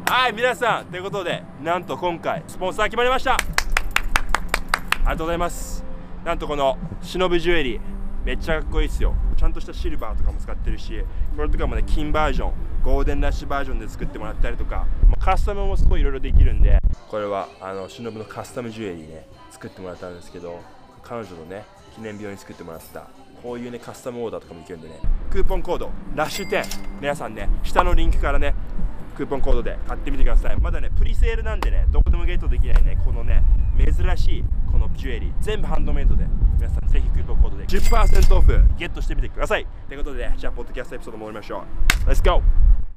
はい、皆さん、ということで、なんと今回、スポンサー決まりました。ありがとうございます。なんとこの、忍ジュエリー、めっちゃかっこいいですよ。ちゃんとしたシルバーとかも使ってるし、これとかもね、金バージョン、ゴールデンラッシュバージョンで作ってもらったりとか、カスタムもすごいいろいろできるんで、これは、忍のカスタムジュエリーね、作ってもらったんですけど、彼女のね、記念病に作ってもらった、こういうね、カスタムオーダーとかもいけるんでね、クーポンコード、ラッシュ10、皆さんね、下のリンクからね、クーポンコードで買ってみてください。まだね、プリセールなんでね、どこでもゲットできないね、このね、珍しいこのジュエリー、全部ハンドメイドで、皆さんぜひクーポンコードで 10% オフゲットしてみてください。ということで、じゃあ、ポッドキャストエピソード戻りましょう。Let's go!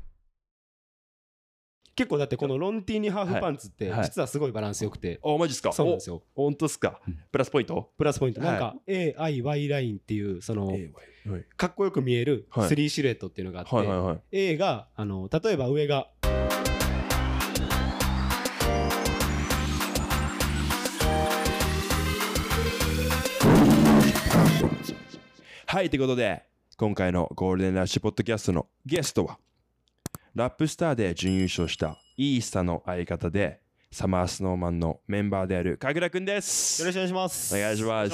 結構だってこのロンティーにハーフパンツって実はすごいバランスよくて、 マジっすか。 そうなんですよ。 本当っすか。プラスポイント、 プラスポイント、なんか AIY ラインっていうそのかっこよく見える3シルエットっていうのがあって、A が例えば上がはい、ということで今回のゴールデンラッシュポッドキャストのゲストはラップスターで準優勝したイースタの相方でサマースノーマンのメンバーである神楽くんです。 よろしくお願いします。 お願いします。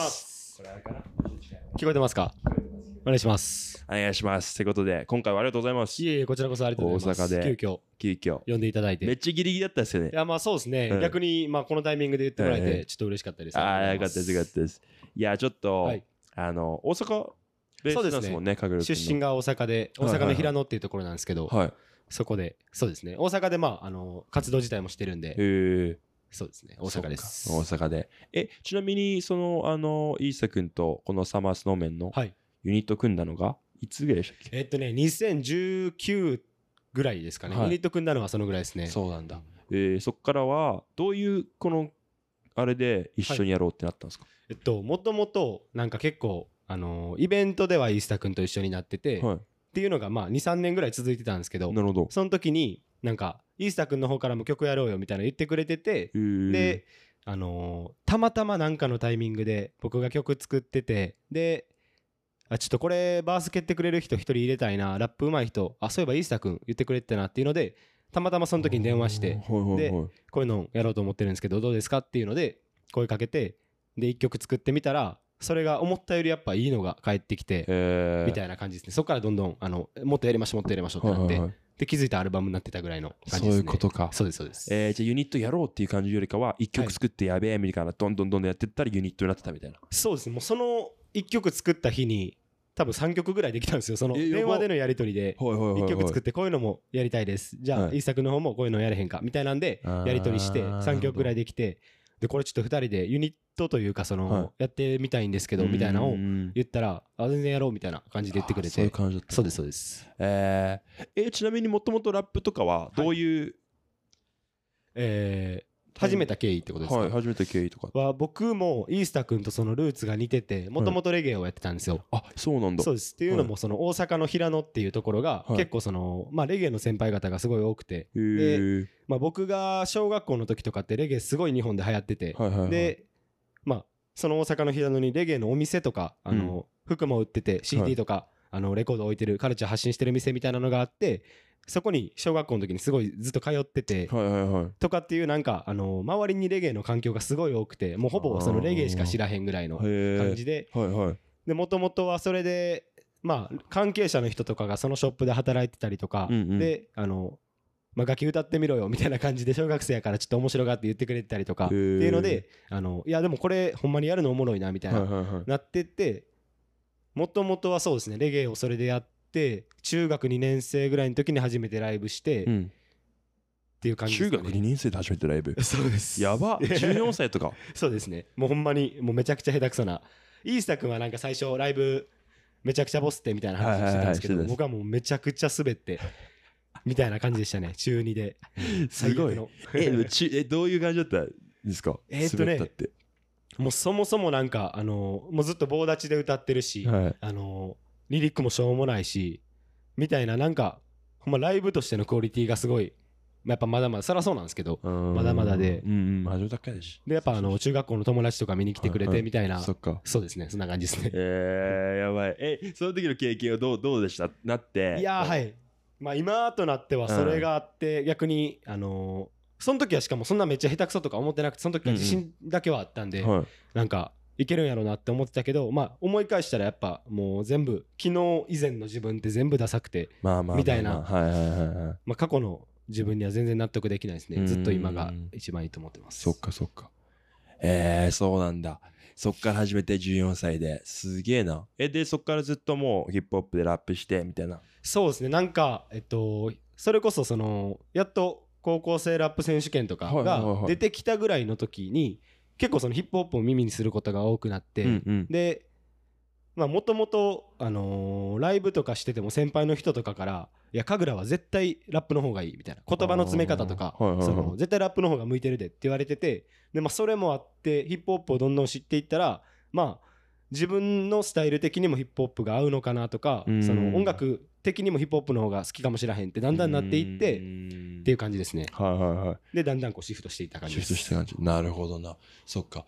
聞こえてますか。お願いします。 お願いします。ということで今回はありがとうございます。 いえいえ、こちらこそありがとうございます。 大阪で急遽呼んでいただいてめっちゃギリギリだったですよね。 いや、まあそうですね、逆にまあこのタイミングで言ってもらえてちょっと嬉しかったです。 よかったですよかったです。いや、ちょっと、大阪ベースなんですもんね。神楽くんの出身が大阪で、大阪の平野っていうところなんですけど、そこで、そうですね、大阪でまあ活動自体もしてるんで、そうですね、大阪です。 大阪で。ちなみにそのイーサ君とこのサマースノーメンのユニット組んだのがいつぐらいでしたっけ。 2019ぐらいですかね。ユニット組んだのはそのぐらいですね。 そうなんだ。そっからはどういうこのあれで一緒にやろうってなったんですか。 もともとなんか結構イベントではイースタ君と一緒になってて、っていうのがまあ 2,3 年ぐらい続いてたんですけど、その時になんかイースタ君の方からも曲やろうよみたいな言ってくれてて、でたまたまなんかのタイミングで僕が曲作ってて、でちょっとこれバース蹴ってくれる人一人入れたいな、ラップ上手い人、そういえばイースタ君言ってくれてたなっていうので、たまたまその時に電話して、でこういうのやろうと思ってるんですけどどうですかっていうので声かけて、で1曲作ってみたらそれが思ったよりやっぱいいのが返ってきて、みたいな感じですね。そこからどんどんもっとやりましょうもっとやりましょうってなって、で気づいたアルバムになってたぐらいの感じですね。 そういうことか。 そうですそうです。 じゃあユニットやろうっていう感じよりかは1曲作ってやべえみたいな、どんどんやってったらユニットになってたみたいな。 そうですね。もうその1曲作った日に多分3曲ぐらいできたんですよ。その電話でのやり取りで1曲作ってこういうのもやりたいです、じゃあイーサ君の方もこういうのやれへんかみたいなんでやり取りして3曲ぐらいできて、でこれちょっと2人でユニットというかそのやってみたいんですけどみたいなのを言ったら、全然やろうみたいな感じで言ってくれて。 そういう感じだった。 そうですそうです。 ちなみにもともとラップとかはどういう、 始めた経緯ってことですか。 始めた経緯とかは僕もイースタ君とそのルーツが似てて、もともとレゲエをやってたんですよ。 そうなんだ。 そうです。っていうのもその大阪の平野っていうところが結構そのレゲエの先輩方がすごい多くて、で僕が小学校の時とかってレゲエすごい日本で流行ってて、でその大阪の平野にレゲエのお店とか服も売ってて CD とかレコード置いてるカルチャー発信してる店みたいなのがあって、そこに小学校の時にすごいずっと通ってて、とかっていうなんか周りにレゲエの環境がすごい多くて、もうほぼそのレゲエしか知らへんぐらいの感じで、でもともとはそれで関係者の人とかがそのショップで働いてたりとかで、楽器歌ってみろよみたいな感じで小学生やからちょっと面白がって言ってくれてたりとかっていうので、いやでもこれほんまにやるのおもろいなみたいななってって、もともとはそうですね、レゲエをそれでやって中学2年生ぐらいの時に初めてライブして、っていう感じですかね。 中学2年生で初めてライブ。 そうです。 やば。14歳とか。 そうですね。もうほんまにもうめちゃくちゃ下手くそな。イースタ君はなんか最初ライブめちゃくちゃボスってみたいな話してたんですけど、僕はもうめちゃくちゃ滑ってみたいな感じでしたね。中2で。 すごい。どういう感じだったんですか。滑ったって。 もうそもそもなんかもうずっと棒立ちで歌ってるし、リリックもしょうもないしみたいな、なんかほんまライブとしてのクオリティがすごいやっぱまだまだそりゃそうなんですけど、まだまだで、でやっぱ中学校の友達とか見に来てくれてみたいな。そうですね、そんな感じですね。 やばい。その時の経験はどうでしたなって。 いやはい、 まあ今となってはそれがあって、逆にその時はしかもそんなめっちゃ下手くそとか思ってなくて、その時は自信だけはあったんで、なんかいけるんやろうなって思ってたけど、まあ思い返したらやっぱもう全部昨日以前の自分って全部ダサくてみたいな、まあ過去の自分には全然納得できないですね。ずっと今が一番いいと思ってます。 そっかそっか。そうなんだ。そっから始めて14歳ですげえな。でそっからずっともうヒップホップでラップしてみたいな。 そうですね。なんかそれこそやっと高校生ラップ選手権とかが出てきたぐらいの時に結構そのヒップホップを耳にすることが多くなって、でもともとライブとかしてても先輩の人とかから「いや神楽は絶対ラップの方がいい」みたいな、言葉の詰め方とか絶対ラップの方が向いてるでって言われてて、でそれもあってヒップホップをどんどん知っていったら、自分のスタイル的にもヒップホップが合うのかなとか、その音楽的にもヒップホップの方が好きかもしれへんってだんだんなっていってっていう感じですね。でだんだんこうシフトしていった感じです。 シフトした感じ。なるほどな。そっか。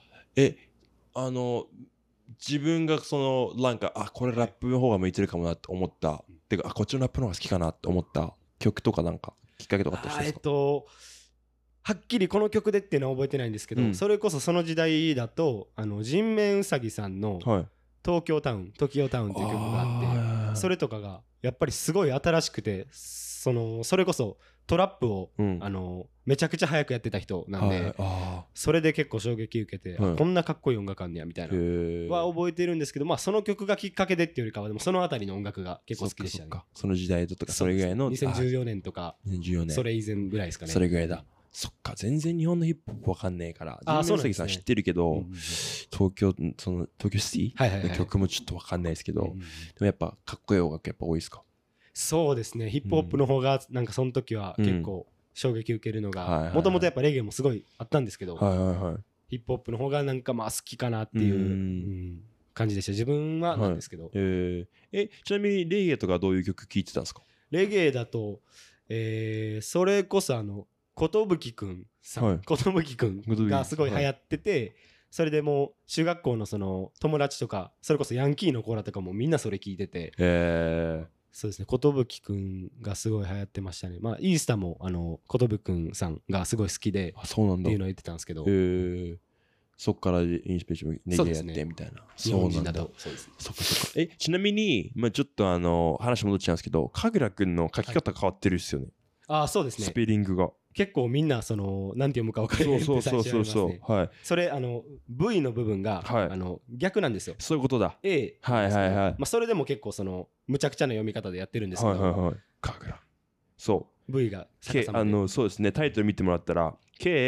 自分がなんかこれラップの方が向いてるかもなって思った、てかこっちのラップの方が好きかなって思った曲とかなんかきっかけとかあったりしますか？ はっきりこの曲でっていうのは覚えてないんですけど、それこそその時代だと人面うさぎさんの東京タウンっていう曲があって、それとかがやっぱりすごい新しくて、それこそトラップをめちゃくちゃ早くやってた人なんで、それで結構衝撃受けて、こんなかっこいい音楽あんねやみたいなは覚えてるんですけど、その曲がきっかけでっていうよりかはでもそのあたりの音楽が結構好きでしたね。 その時代とかそれぐらいの 2014年とかそれ以前ぐらいですかね。 それぐらいだ。そっか、全然日本のヒップホップわかんねえから、人面うさぎさん知ってるけど、東京シティの曲もちょっとわかんないですけど、でもやっぱかっこいい音楽やっぱ多いですか？ そうですね、ヒップホップの方がなんかその時は結構衝撃受けるのが、もともとやっぱレゲエもすごいあったんですけど、ヒップホップの方がなんか好きかなっていう感じでした。自分はなんですけど。 ちなみにレゲエとかどういう曲聴いてたんですか？ レゲエだとそれこそ寿くんさん、寿くんがすごい流行ってて、それでもう中学校の友達とかそれこそヤンキーの子らとかもみんなそれ聞いてて、そうですね、寿くんがすごい流行ってましたね。イースタも寿くんさんがすごい好きでっていうのを言ってたんですけど、 そっからインスピレーションレゲエやってみたいな。そうなんだ。そっかそっか。ちなみにちょっと話戻っちゃうんですけど、神楽くんの書き方変わってるっすよね。 そうですね。 スペリングが結構みんななんて読むか分からないって最初言われますね。それV の部分が逆なんですよ。 そういうことだ。 A。それでも結構むちゃくちゃな読み方でやってるんですけど。 神楽。そう。 V がそうですね。タイトル見てもらったら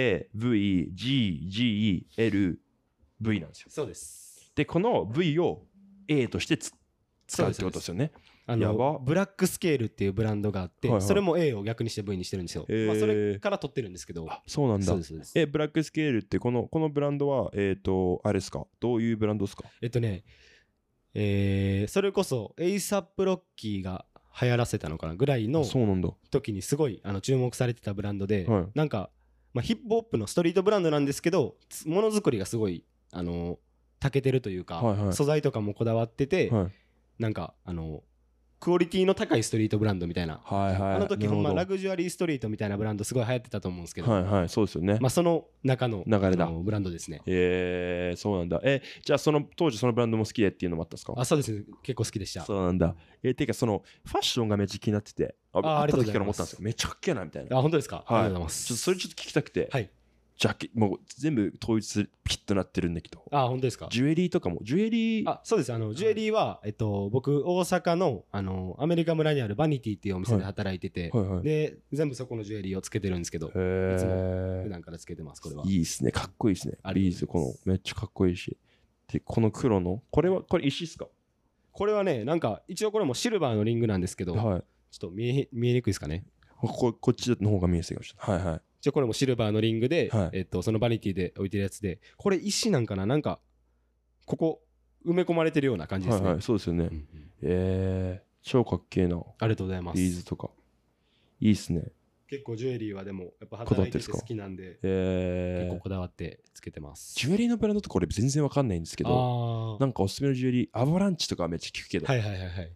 KVGGLV なんですよ。 そうです。 でこの V を A として使うってことですよね。 ブラックスケールっていうブランドがあって、それも A を逆にして V にしてるんですよ。それから取ってるんですけど。 そうなんだ。ブラックスケールってこのブランドはあれですか？どういうブランドですか？ それこそエイサップロッキーが流行らせたのかなぐらいの時にすごい注目されてたブランドで、なんかヒップホップのストリートブランドなんですけど、ものづくりがすごい長けてるというか、素材とかもこだわってて、なんかクオリティの高いストリートブランドみたいな、あの時ほんまラグジュアリーストリートみたいなブランドすごい流行ってたと思うんですけど、 そうですよね。 その中の流れだブランドですね。 そうなんだ。じゃあ当時そのブランドも好きでっていうのもあったんですか？ そうですね、結構好きでした。 そうなんだ。ていうかファッションがめっちゃ気になってて、あった時から思ったんですよ。めっちゃかっけえなみたいな。 本当ですか？ありがとうございます。 それちょっと聞きたくて。もう全部統一ピッとなってるんだけど。 本当ですか？ ジュエリーとかも。ジュエリー。 そうです。ジュエリーは僕大阪のアメリカ村にあるバニティっていうお店で働いてて、で全部そこのジュエリーをつけてるんですけど、いつも普段からつけてます。これは。いいですね。かっこいいですね。ビーズめっちゃかっこいいし。でこの黒のこれ石ですか？ これはね、なんか一応これもシルバーのリングなんですけど、ちょっと見えにくいですかね。 こっちの方が見えやすいかもしれない。 これもシルバーのリングで、そのバニティで置いてるやつで、これ石なんかな、なんかここ埋め込まれてるような感じですね。 そうですよね。超かっけえな。 ありがとうございます。 ビーズとかいいっすね。 結構ジュエリーはでもやっぱ働いてて好きなんで、結構こだわってつけてます。 ジュエリーのブランドとか俺全然わかんないんですけど、なんかおすすめのジュエリーアバランチとかはめっちゃ聞くけど、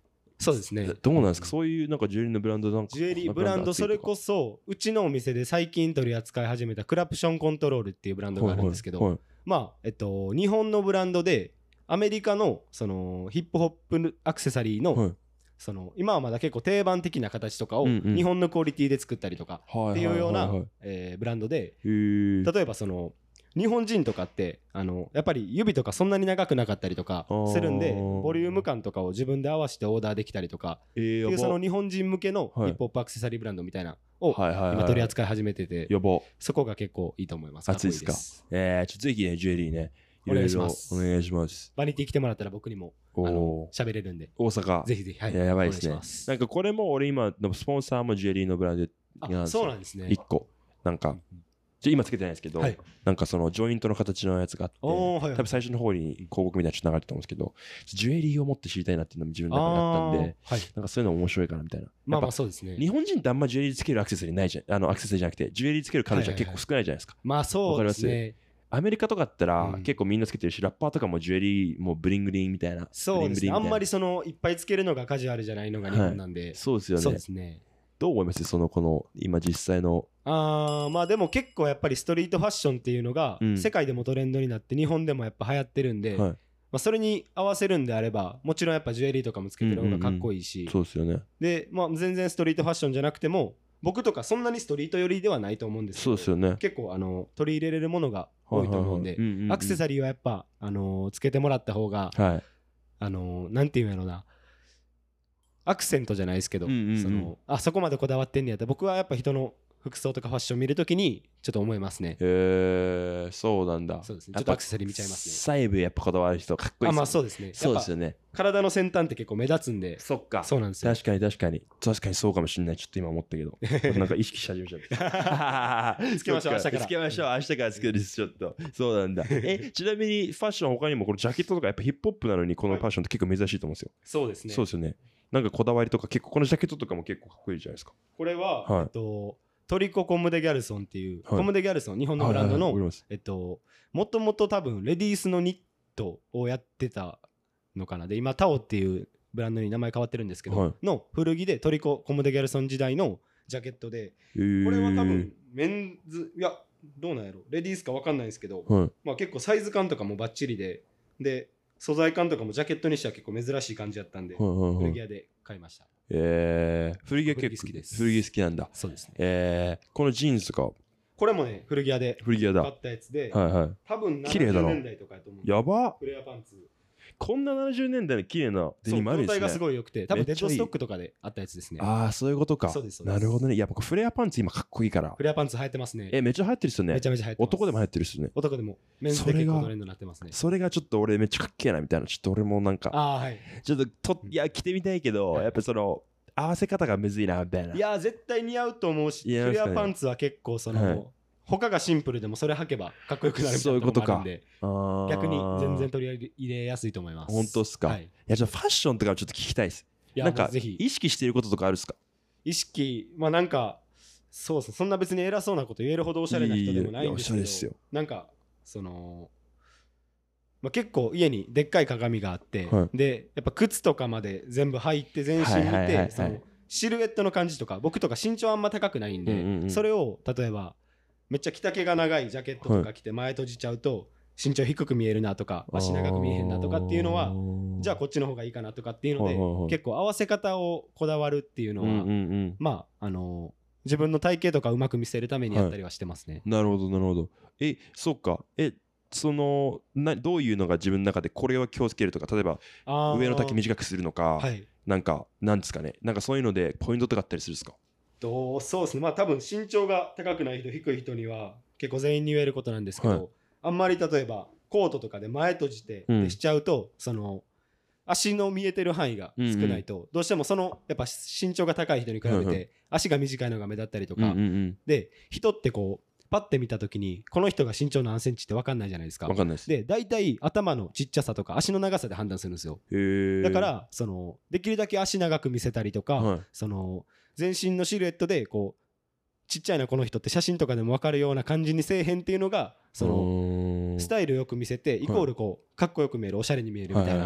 そうですね。 どうなんですか、そういうなんかジュエリーのブランドなんか。 ジュエリーブランド、それこそうちのお店で最近取り扱い始めたクラプションコントロールっていうブランドがあるんですけど、まあ日本のブランドでアメリカのそのヒップホップアクセサリーのその今はまだ結構定番的な形とかを日本のクオリティで作ったりとかっていうようなブランドで、例えばその日本人とかってやっぱり指とかそんなに長くなかったりとかするんで、ボリューム感とかを自分で合わせてオーダーできたりとかっていうその日本人向けのヒップホップアクセサリーブランドみたいなを今取り扱い始めてて、そこが結構いいと思います。 熱いですか。ちょっとぜひねジュエリーねお願いします。 お願いします。 バニティ来てもらったら僕にも喋れるんで、 大阪ぜひぜひ、はい、 やばいですね。なんかこれも俺今のスポンサーもジュエリーのブランドなんですよ。そうなんですね。 1個なんか今つけてないですけど、はい、なんかそのジョイントの形のやつがあって、多分最初の方に広告みたいなちょっと流れてたと思うんですけど、ジュエリーをもって知りたいなっていうのも自分の中にあったんで、はい、なんかそういうの面白いかなみたいな。 まあまあそうですね。 日本人ってあんまジュエリーつけるアクセサリーないじゃん。アクセサリーじゃなくてジュエリーつける彼女は結構少ないじゃないですか。 まあそうですね。 アメリカとかだったら結構みんなつけてるし、ラッパーとかもジュエリーもブリングリンみたいな。 そうですね。あんまりそのいっぱいつけるのがカジュアルじゃないのが日本なんで。 そうですよね。 そうですね。 どう思いますそのこの今実際の。 まあでも結構やっぱりストリートファッションっていうのが世界でもトレンドになって日本でもやっぱ流行ってるんで、まあそれに合わせるんであればもちろんやっぱジュエリーとかもつけてる方がかっこいいし、 そうですよね。 でまあ全然ストリートファッションじゃなくても僕とかそんなにストリート寄りではないと思うんですけど、 そうですよね。 結構取り入れれるものが多いと思うんで、アクセサリーはやっぱつけてもらった方が、なんていうんやろうな、アクセントじゃないですけど、そこまでこだわってんねやったら僕はやっぱ人の服装とかファッション見るときにちょっと思いますね。 そうなんだ。 そうですね。ちょっとアクセサリー見ちゃいますね。 細部やっぱこだわる人かっこいいですね。 まあそうですね。 そうですよね。 体の先端って結構目立つんで。 そっか。 そうなんですよ。 確かにそうかもしれない。ちょっと今思ったけど、なんか意識し始めちゃった。 つけましょう明日から。 つけましょう明日からつけるですちょっと。そうなんだ。ちなみにファッション他にもこのジャケットとかやっぱヒップホップなのにこのファッションって結構珍しいと思うんですよ。 そうですね。 そうですよね。なんかこだわりとか結構このジャケットとかも結構かっこいいじゃないですか。 これはトリココムデギャルソンっていう、コムデギャルソン日本のブランドのもともと多分レディースのニットをやってたのかな。で今タオっていうブランドに名前変わってるんですけど、の古着でトリココムデギャルソン時代のジャケットで、これは多分メンズ、いやどうなんやろ、レディースか分かんないんですけど、まあ結構サイズ感とかもバッチリで素材感とかもジャケットにしては結構珍しい感じだったんで、古着屋で買いました。 古着は結構好きです。古着好きなんだ。 そうですね。 このジーンズとかこれもね古着屋で買ったやつで、多分70年代とかやと思う。 やば。 フレアパンツ。 こんな70年代の綺麗なデニムあるんですね。 状態がすごい良くて、多分デッドストックとかであったやつですね。 そういうことか。 そうです。 なるほどね。いや僕フレアパンツ今かっこいいから。 フレアパンツ流行ってますね。 めっちゃ流行ってるっすよね。 めちゃめちゃ流行ってます。 男でも流行ってるっすよね。 男でもメンズで結構トレンドになってますね。 それがちょっと俺めっちゃかっけえなみたいな。ちょっと俺もなんかちょっといや着てみたいけど、やっぱその合わせ方がむずいなみたいな。 いや絶対似合うと思うし、フレアパンツは結構その他がシンプルでもそれ履けばかっこよくなるみたいなところもあるんで、逆に全然取り入れやすいと思います。 本当っすか。いやじゃあファッションとかちょっと聞きたいです。なんか意識していることとかあるっすか。 意識まあなんかそうですね、そんな別に偉そうなこと言えるほどおしゃれな人でもないんですけど、なんかその結構家にでっかい鏡があって、でやっぱ靴とかまで全部履いて全身見て、そのシルエットの感じとか、僕とか身長あんま高くないんで、それを例えばめっちゃ着丈が長いジャケットとか着て前閉じちゃうと身長低く見えるなとか足長く見えへんなとかっていうのは、じゃあこっちの方がいいかなとかっていうので、結構合わせ方をこだわるっていうのはまあ自分の体型とかうまく見せるためにやったりはしてますね。 なるほどなるほど。そっか。そのどういうのが自分の中でこれは気をつけるとか、例えば上の丈短くするのか、なんかなんですかね、なんかそういうのでポイントとかあったりするんですか。 そうですね、まあ多分身長が高くない人低い人には結構全員に言えることなんですけど、あんまり例えばコートとかで前閉じてしちゃうと、その足の見えてる範囲が少ないと、どうしてもそのやっぱ身長が高い人に比べて足が短いのが目立ったりとかで、人ってこうパッて見た時にこの人が身長何センチって分かんないじゃないですか。 分かんないです。 で大体頭のちっちゃさとか足の長さで判断するんですよ。だからそのできるだけ足長く見せたりとか、その全身のシルエットでこうちっちゃいなこの人って写真とかでも分かるような感じにせえへんっていうのが、そのスタイルよく見せてイコールこうかっこよく見える、おしゃれに見えるみたいなっ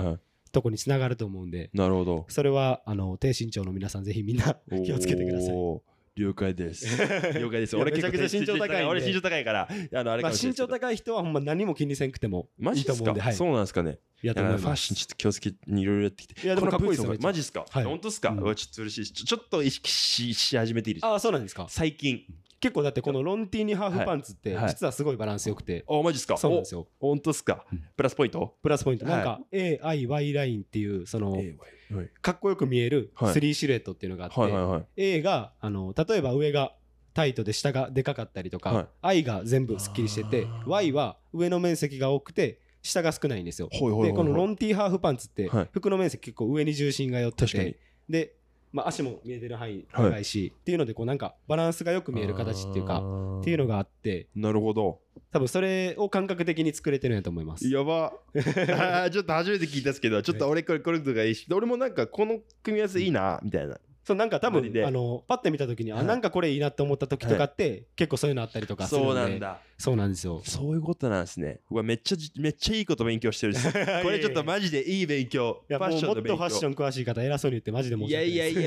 とこにつながると思うんで、 なるほど。 それは低身長の皆さんぜひみんな気をつけてください。 了解です。了解です。俺結構めちゃくちゃ身長高いんで。 俺身長高いから、あれかもしれないですけど。 身長高い人はほんま何も気にせんくてもいいと思うんで、はい。 そうなんですかね。 いや、ファッションちょっと気をつけていろいろやってきて。 いや、でもかっこいいですよ。 マジっすか？本当っすか？ちょっと嬉しいし、ちょっと意識し始めていいですか？ あ、そうなんですか。 最近。 結構だってこのロンティーにハーフパンツって実はすごいバランス良くて。 あ、マジっすか？ そうなんですよ。 本当っすか？プラスポイント？ プラスポイント。なんか AIY ラインっていうそのかっこよく見える3シルエットっていうのがあって、A が例えば上がタイトで下がでかかったりとか、I が全部すっきりしてて、Y は上の面積が多くて下が少ないんですよ。でこのロンティーハーフパンツって服の面積結構上に重心が寄ってて、で足も見えてる範囲長いし、っていうのでこうなんかバランスがよく見える形っていうかっていうのがあって、 なるほど。 多分それを感覚的に作れてるんやと思います。 やばちょっと初めて聞いたんですけど、ちょっと俺これとかいいし、俺もなんかこの組み合わせいいなみたいな。 そうなんか多分パッて見た時になんかこれいいなって思った時とかって結構そういうのあったりとかするんで。そうなんだ。そうなんですよ。 そういうことなんですね。うわめっちゃいいこと勉強してるです。これちょっとマジでいい勉強。 いやもっとファッション詳しい方偉そうに言ってマジで申し訳ないです。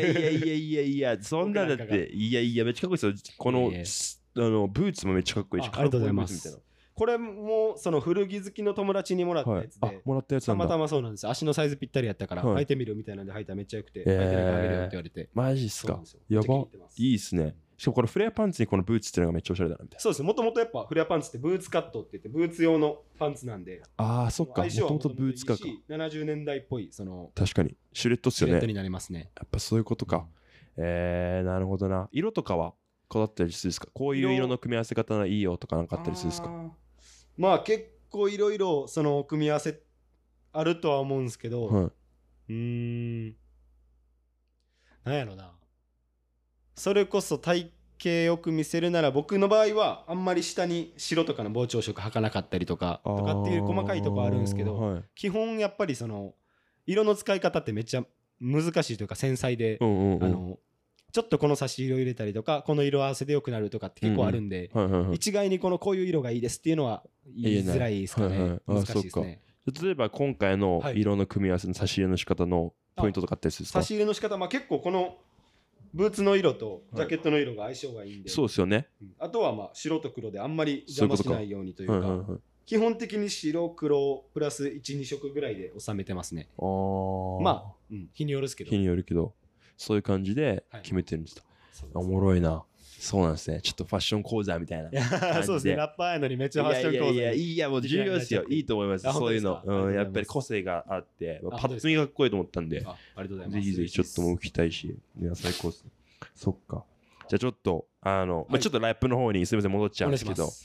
いやそんなだっていやめっちゃかっこいいですよ。このブーツもめっちゃかっこいいし。 ありがとうございます。これもその古着好きの友達にもらったやつで、 もらったやつなんだ。 たまたまそうなんです。足のサイズぴったりやったから履いてみるみたいなんで履いたらめっちゃよくて、履いてみるかあげるよって言われて。 マジっすか？やば。いいっすね。しかもこのフレアパンツにこのブーツっていうのがめっちゃおしゃれだなみたいな。 そうです。もともとやっぱフレアパンツってブーツカットって言ってブーツ用のパンツなんで。 ああそっか。もともとブーツか。 70年代っぽいその。 確かにシュレットっすよね。 シュレットになりますね。 やっぱそういうことか。なるほどな。色とかはこだったりするんですか？こういう色の組み合わせ方がいいよとかなんかあったりするんですか？ まあ結構いろいろその組み合わせあるとは思うんですけど、なんやろな。それこそ体型よく見せるなら僕の場合はあんまり下に白とかの膨張色履かなかったりとかっていう細かいとこあるんですけど、基本やっぱりその色の使い方ってめっちゃ難しいというか繊細で、ちょっとこの差し色入れたりとかこの色合わせでよくなるとかって結構あるんで、一概にこういう色がいいですっていうのは言いづらいですかね。難しいですね。 例えば今回の色の組み合わせの差し入れの仕方のポイントとかってですか？差し入れの仕方、結構このブーツの色とジャケットの色が相性がいいんで、 そうですよね。 あとは白と黒であんまり邪魔しないようにというか、基本的に白黒プラス 1,2 色ぐらいで収めてますね。日によるですけど。 日によるけどそういう感じで決めてるんですと。おもろいな。そうなんですね。ちょっとファッション講座みたいな感じで。 そうですね。ラッパーやのにめっちゃファッション講座。 いやもう重要ですよ。いいと思います。そういうの。やっぱり個性があって、パッと見がかっこいいと思ったんで、ぜひぜひちょっともう聞きたいし、いや最高ですね。そっか。じゃあちょっとちょっとラップの方にすみません戻っちゃうんですけど、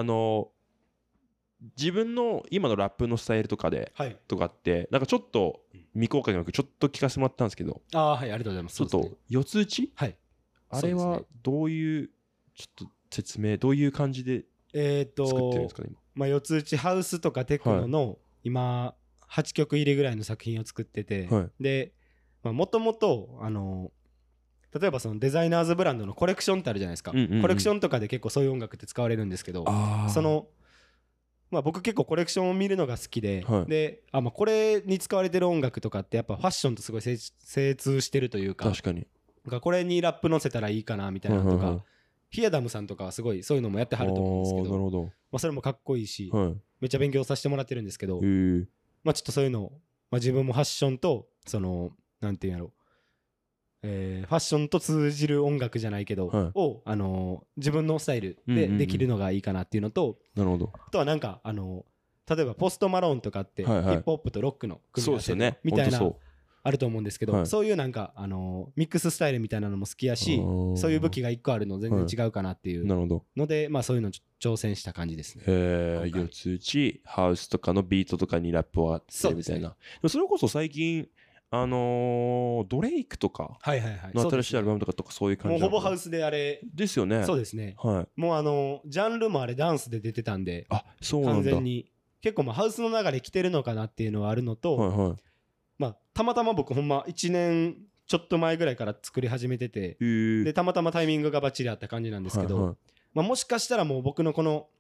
自分の今のラップのスタイルとかで、とかってなんかちょっと未公開の曲ちょっと聞かせてもらったんですけど、 ありがとうございます。 ちょっと四つ打ち、あれはどういうちょっと説明どういう感じで作ってるんですかね今。四つ打ちハウスとかテクノの今8曲入りぐらいの作品を作ってて、でもともと例えばそのデザイナーズブランドのコレクションってあるじゃないですか。コレクションとかで結構そういう音楽って使われるんですけど、その僕結構コレクションを見るのが好きで、でこれに使われてる音楽とかってやっぱファッションとすごい精通してるというか、 確かにこれにラップ乗せたらいいかなみたいなとか、ヒアダムさんとかはすごいそういうのもやってはると思うんですけど、それもかっこいいし、めっちゃ勉強させてもらってるんですけど、ちょっとそういうのを自分もファッションとそのなんていうんやろ、ファッションと通じる音楽じゃないけど、を自分のスタイルでできるのがいいかなっていうのと、あとはなんか例えばポストマローンとかってヒップホップとロックの組み合わせみたいなあると思うんですけど、そういうなんかミックススタイルみたいなのも好きやし、そういう武器が1個あるの全然違うかなっていうので、そういうの挑戦した感じですね。 四つ打ちハウスとかのビートとかにラップをあってみたいな。それこそ最近ドレイクとかの新しいアルバムとかそういう感じ、 もうほぼハウスであれですよね。 そうですね。もうジャンルもあれダンスで出てたんで、完全に結構ハウスの流れ来てるのかなっていうのはあるのと、たまたま僕ほんま1年ちょっと前ぐらいから作り始めてて、でたまたまタイミングがバッチリあった感じなんですけど、もしかしたらもう僕のこの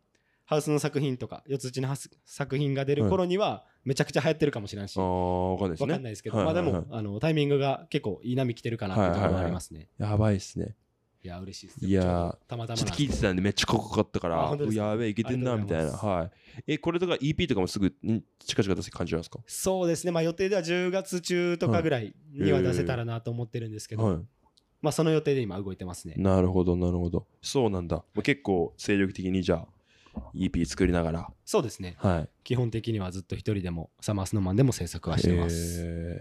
ハウスの作品とか四つ打ちの作品が出る頃にはめちゃくちゃ流行ってるかもしれんし、 わかんないですね。 わかんないですけど、まあでもタイミングが結構いい波来てるかなっていうところがありますね。 やばいですね。 いや嬉しいです。 いやたまたまちょっと聞いてたんでめっちゃかっこよかったから、やべえいけてんなみたいな。はい。これとか EP とかもすぐ近々出す感じなんですか？ そうですね。まあ予定では10月中とかぐらいには出せたらなと思ってるんですけど、まあその予定で今動いてますね。 なるほどなるほど。そうなんだ。結構精力的にじゃあ EP 作りながら。 そうですね。 はい。 基本的にはずっと一人でもサマースノーマンでも制作はしてます。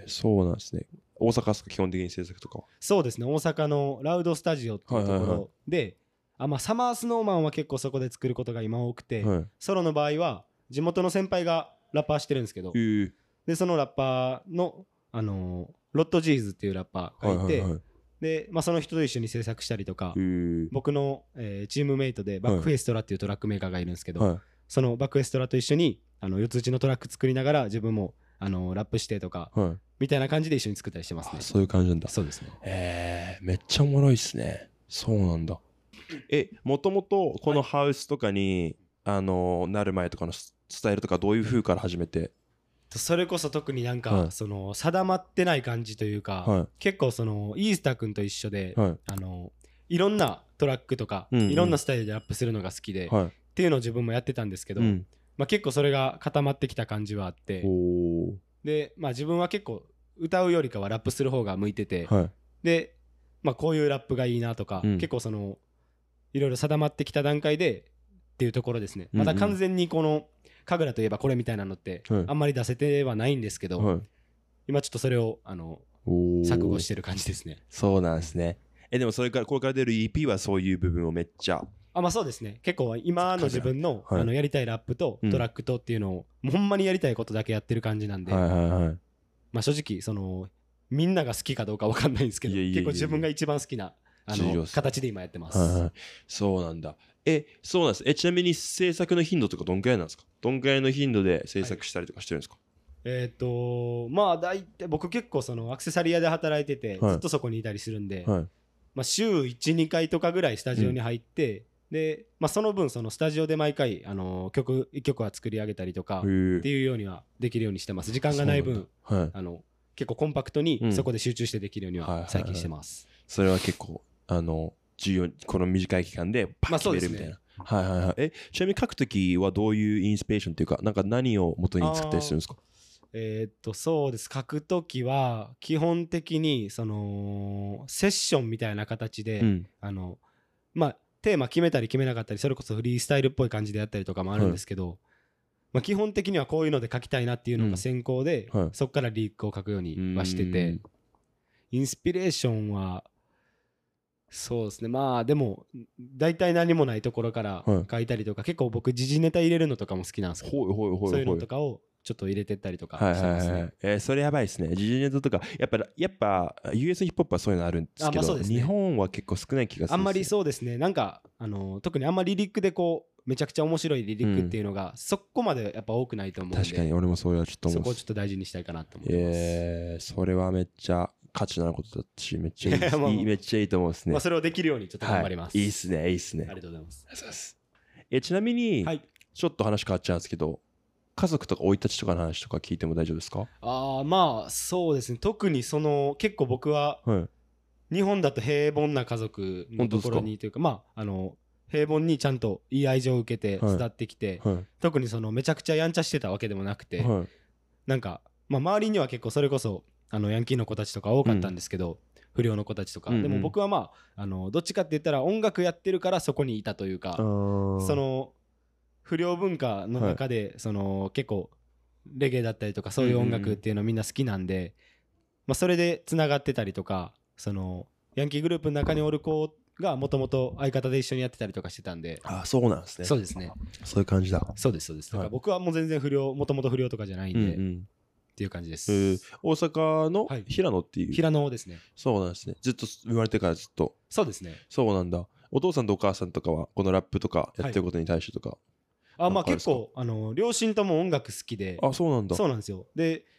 そうなんですね。大阪ですか、基本的に制作とかは？ そうですね。大阪のラウドスタジオっていうところで、まあサマースノーマンは結構そこで作ることが今多くて、ソロの場合は地元の先輩がラッパーしてるんですけど、でそのラッパーのロッドジーズっていうラッパーがいて、でまあその人と一緒に制作したりとか、僕のチームメイトでバックフェイストラっていうトラックメーカーがいるんですけど、そのバックフェイストラと一緒に四つ打ちのトラック作りながら自分もラップしてとか、みたいな感じで一緒に作ったりしてますね。 そういう感じなんだ。 そうですね。 めっちゃおもろいっすね。そうなんだ。もともとこのハウスとかに、なる前とかのスタイルとかどういう風から始めて？ それこそ特になんか、その定まってない感じというか、結構そのイースター君と一緒で、いろんなトラックとか、いろんなスタイルでラップするのが好きで、っていうのを自分もやってたんですけど、まあ、結構それが固まってきた感じはあって、で、まあ、自分は結構歌うよりかはラップする方が向いてて、で、まあ、こういうラップがいいなとか、結構そのいろいろ定まってきた段階でっていうところですね。まだ完全にこの神楽といえばこれみたいなのってあんまり出せてはないんですけど、今ちょっとそれを錯誤してる感じですね。 そうなんですね。でもこれから出る EP はそういう部分をめっちゃまあそうですね。結構今の自分のやりたいラップとトラックとっていうのをほんまにやりたいことだけやってる感じなんで、まあ正直そのみんなが好きかどうか分かんないんですけど、結構自分が一番好きな形で今やってます。 そうなんだ。そうなんです。ちなみに制作の頻度とかどんくらいなんですか？どんくらいの頻度で制作したりとかしてるんですか？ まあ大体僕結構そのアクセサリー屋で働いててずっとそこにいたりするんで、まあ週1、2回とかぐらいスタジオに入って、で、まあ、その分そのスタジオで毎回1曲は作り上げたりとかっていうようにはできるようにしてます。時間がない分結構コンパクトにそこで集中してできるようには最近してます。 それは結構重要、この短い期間でパッと決めるみたいな。ちなみに書くときはどういうインスピレーションというか、なんか何を元に作ったりするんですか？ そうです。書くときは基本的にそのセッションみたいな形で、まあテーマ決めたり決めなかったり、それこそフリースタイルっぽい感じでやったりとかもあるんですけど、まあ基本的にはこういうので書きたいなっていうのが先行で、そこからリークを書くようにはしてて、インスピレーションはそうですね。まあでも大体何もないところから書いたりとか、結構僕時事ネタ入れるのとかも好きなんですけど、そういうのとかをちょっと入れてったりとかしてますね。 それやばいですね。時事ネタとかやっぱ US ヒップホップはそういうのあるんですけど、日本は結構少ない気がする。 あんまりそうですね。なんか特にあんまりリリックでこうめちゃくちゃ面白いリリックっていうのがそこまでやっぱ多くないと思うんで、 確かに俺もそうやちょっと思う。 そこをちょっと大事にしたいかなと思います。 それはめっちゃ価値のあることだし、めっちゃいいめっちゃいいと思うんですね。 まあそれをできるようにちょっと頑張ります。 いいっすね、いいっすね。 ありがとうございます。 ちなみにちょっと話変わっちゃうんですけど、家族とか生い立ちとかの話とか聞いても大丈夫ですか？ まあそうですね。特にその結構僕は日本だと平凡な家族のところにというか、まあ平凡にちゃんといい愛情を受けて育ってきて、特にそのめちゃくちゃやんちゃしてたわけでもなくて、なんかまあ周りには結構それこそヤンキーの子たちとか多かったんですけど、不良の子たちとか、でも僕はまあどっちかって言ったら音楽やってるからそこにいたというか、その不良文化の中でその結構レゲエだったりとかそういう音楽っていうのみんな好きなんで、まあそれでつながってたりとか、そのヤンキーグループの中におる子がもともと相方で一緒にやってたりとかしてたんで。 そうなんですね。 そうですね。 そういう感じだ。 そうですだから僕はもう全然もともと不良とかじゃないんで、っていう感じです。 大阪の平野っていう。 平野ですね。 そうなんですね。ずっと生まれてからずっと。 そうですね。 そうなんだ。お父さんとお母さんとかはこのラップとかやってることに対してとか。 まあ結構両親とも音楽好きで。 そうなんだ。 そうなんですよ。で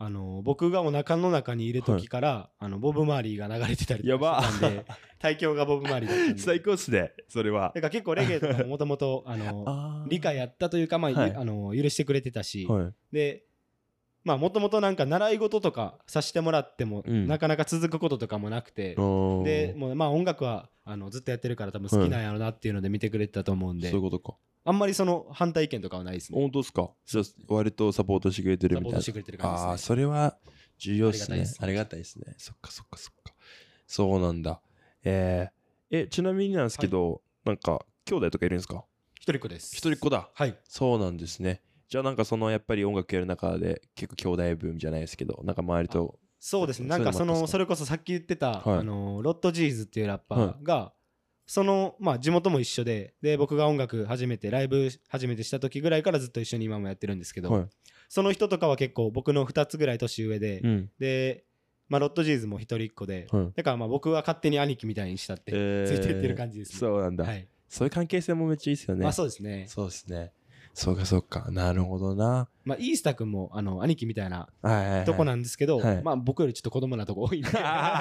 僕がお腹の中にいる時から、ボブ・マーリーが流れてたりとかしてたんで、対響がボブ・マーリーだったんで。 最高っすね、それは。 だから結構レゲエとかももともと、理解やったというか、まあ、 はい許してくれてたし、 はい、 で、まあ、もともとなんか習い事とかさせてもらっても、なかなか続くこととかもなくて、で、もうまあ音楽はずっとやってるから多分好きなんやろなっていうので見てくれてたと思うんで、 そういうことか。 あんまりその反対意見とかはないですね。 本当ですか。じゃあ割とサポートしてくれてるみたいな。 サポートしてくれてる感じですね。 ああ、それは重要ですね。ありがたいですね。そっか。そうなんだ。ちなみになんですけど、なんか兄弟とかいるんですか？ 一人っ子です。 一人っ子だ。 はい。 そうなんですね。じゃあなんかそのやっぱり音楽やる中で結構兄弟分じゃないですけど、なんか周りと。 そうですね。なんかそれこそさっき言ってた、ロッドジーズっていうラッパーが、まあ地元も一緒で、僕が音楽ライブ初めてした時ぐらいからずっと一緒に今もやってるんですけど、その人とかは結構僕の2つぐらい年上で、で、まあロッドジーズも一人っ子で、だからまあ僕は勝手に兄貴みたいにしたってついていってる感じですね。 そうなんだ。そういう関係性もめっちゃいいですよね。 まあそうですね。 そうですね。そうか。なるほどな。 まあイースタ君も兄貴みたいなとこなんですけど、まあ僕よりちょっと子供なとこ多いんで。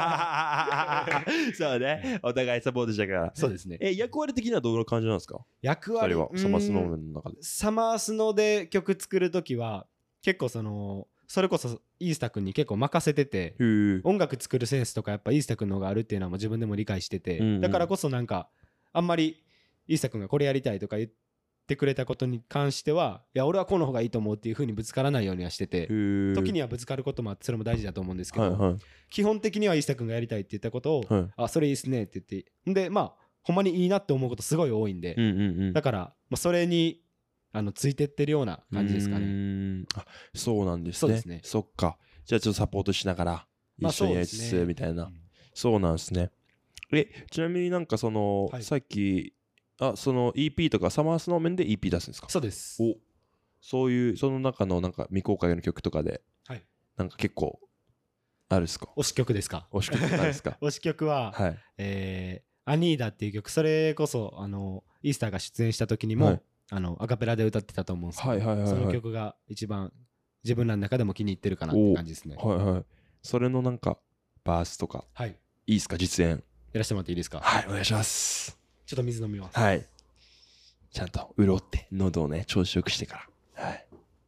そうね。お互いサポートしたから。 そうですね。 役割的にはどんな感じなんですか？ 役割はサマースノーの中で。 サマースノで曲作るときは結構それこそイースタ君に結構任せてて、音楽作るセンスとかやっぱイースタ君の方があるっていうのはもう自分でも理解してて、だからこそなんかあんまりイースタ君がこれやりたいとか言ってくれたことに関しては、いや俺はこの方がいいと思うっていう風にぶつからないようにはしてて、時にはぶつかることもあってそれも大事だと思うんですけど、基本的にはイースタ君がやりたいって言ったことを、あそれいいっすねって言って、でまあほんまにいいなって思うことすごい多いんで、だからまあそれについてってるような感じですかね。 あ、そうなんですね。 そうですね。 そっか。じゃあちょっとサポートしながら一緒にやりつつみたいな。そうなんですね。ちなみになんかさっきその EP とかサマースノーメンで EP 出すんですか？ そうです。 そういうその中のなんか未公開の曲とかで、なんか結構あるっすか？ 推し曲ですか？ 推し曲なんですか？ 推し曲は、アニーダっていう曲、それこそイースターが出演した時にも、アカペラで歌ってたと思うんですけど、その曲が一番自分らの中でも気に入ってるかなって感じですね。 それのなんかバースとか、いいっすか？実演やらせてもらっていいですか？ はい、お願いします。 ちょっと水飲みます。 はい。ちゃんと潤って喉をね調子よくしてから。はい。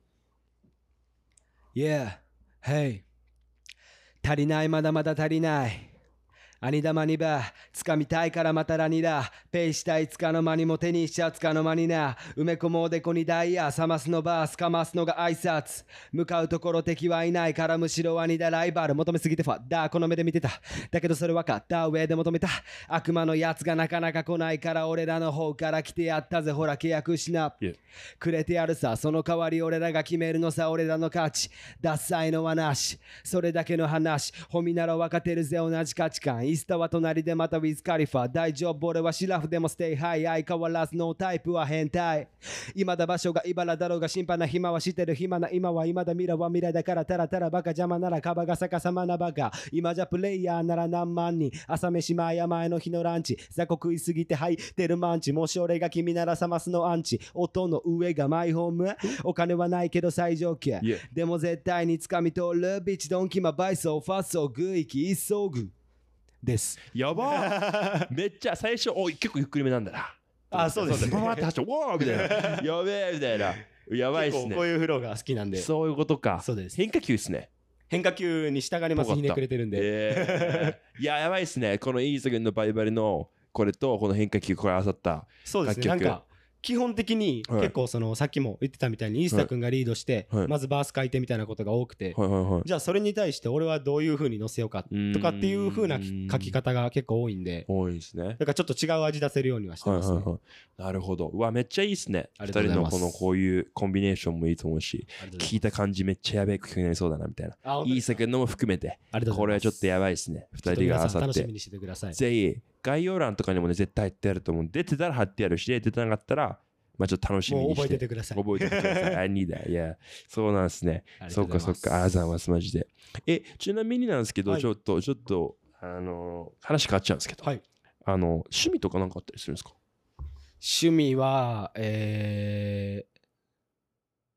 Yeah, hey. 足りない、まだまだ足りない。兄玉にば掴みたいからまたラニだ。ペイしたいつかの間にも手にしちゃうつかの間にな。埋め込もうでこにダイヤ冷ますのバースかますのが挨拶。向かうところ敵はいないからむしろ兄だ。ライバル求めすぎてファだこの目で見てた。だけどそれ分かった上で求めた。悪魔のやつがなかなか来ないから俺らの方から来てやったぜ。ほら契約しな、くれてやるさ。その代わり俺らが決めるのさ。俺らの価値ダサいのはなし。それだけの話。ホミなら分かってるぜ同じ価値観。イスタは隣でまたウィズカリファ。大丈夫俺はシラフでもステイハイ。相変わらずのタイプは変態。今だ場所が茨だろうが心配な暇はしてる。暇な今は今だ未来は未来だからタラタラバカ邪魔ならカバが逆さまなバカ。今じゃプレイヤーなら何万人。朝飯前前の日のランチ。雑魚食いすぎて入ってるマンチ。もし俺が君なら冷ますのアンチ。音の上がマイホーム。お金はないけど最上級、でも絶対に掴み取る。ビッチドンキマバイソーファッソーグイキ一層具です。 やばめっちゃ最初結構ゆっくりめなんだな。 あ、そうですね。 パーって走ってわーみたいなやべえみたいな。やばいっすね。 こういうフローが好きなんで。 そういうことか。 そうです。 変化球っすね。 変化球に従いますひねくれてるんで、 いややばいっすね。このイーサ君のバリバリのこれとこの変化球これ合わさった楽曲。 そうですね。なんか基本的に結構さっきも言ってたみたいにイースタ君がリードしてまずバース書いてみたいなことが多くて、じゃあそれに対して俺はどういう風に載せようかとかっていう風な書き方が結構多いんで、 多いですね。 だからちょっと違う味出せるようにはしてますね。 なるほど。うわめっちゃいいっすね。2人のこういうコンビネーションもいいと思うし、聞いた感じめっちゃやべえ曲になりそうだなみたいな。イースタ君のも含めてこれはちょっとやばいっすね。2人が合わさって楽しみにしててください。 ぜひ概要欄とかにもね絶対貼ってあると思う。出てたら貼ってあるし出てなかったらまあちょっと楽しみにして。 覚えててください。 覚えててください。I need that. いや、そうなんですね。そっかそっか。ありがとうございます、マジで。ちなみになんですけど、ちょっと、話変わっちゃうんですけど、趣味とかなんかあったりするんですか？ 趣味は、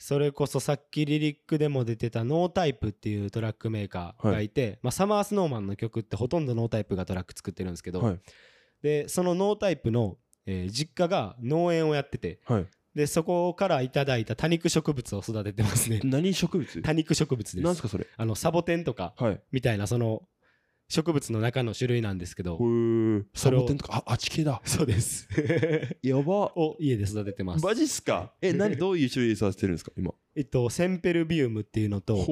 それこそさっきリリックでも出てたノータイプっていうトラックメーカーがいて、まあ、サマースノーマンの曲ってほとんどノータイプがトラック作ってるんですけど、でそのノータイプの、実家が農園をやってて、でそこからいただいた多肉植物を育ててますね。 何植物？ 多肉植物です。 何ですかそれ？ サボテンとかみたいなその植物の中の種類なんですけど、 サボテンとかあっち系だ。 そうですやばを家で育ててます。 マジっすか？どういう種類で育ててるんですか今？ センペルビウムっていうのと、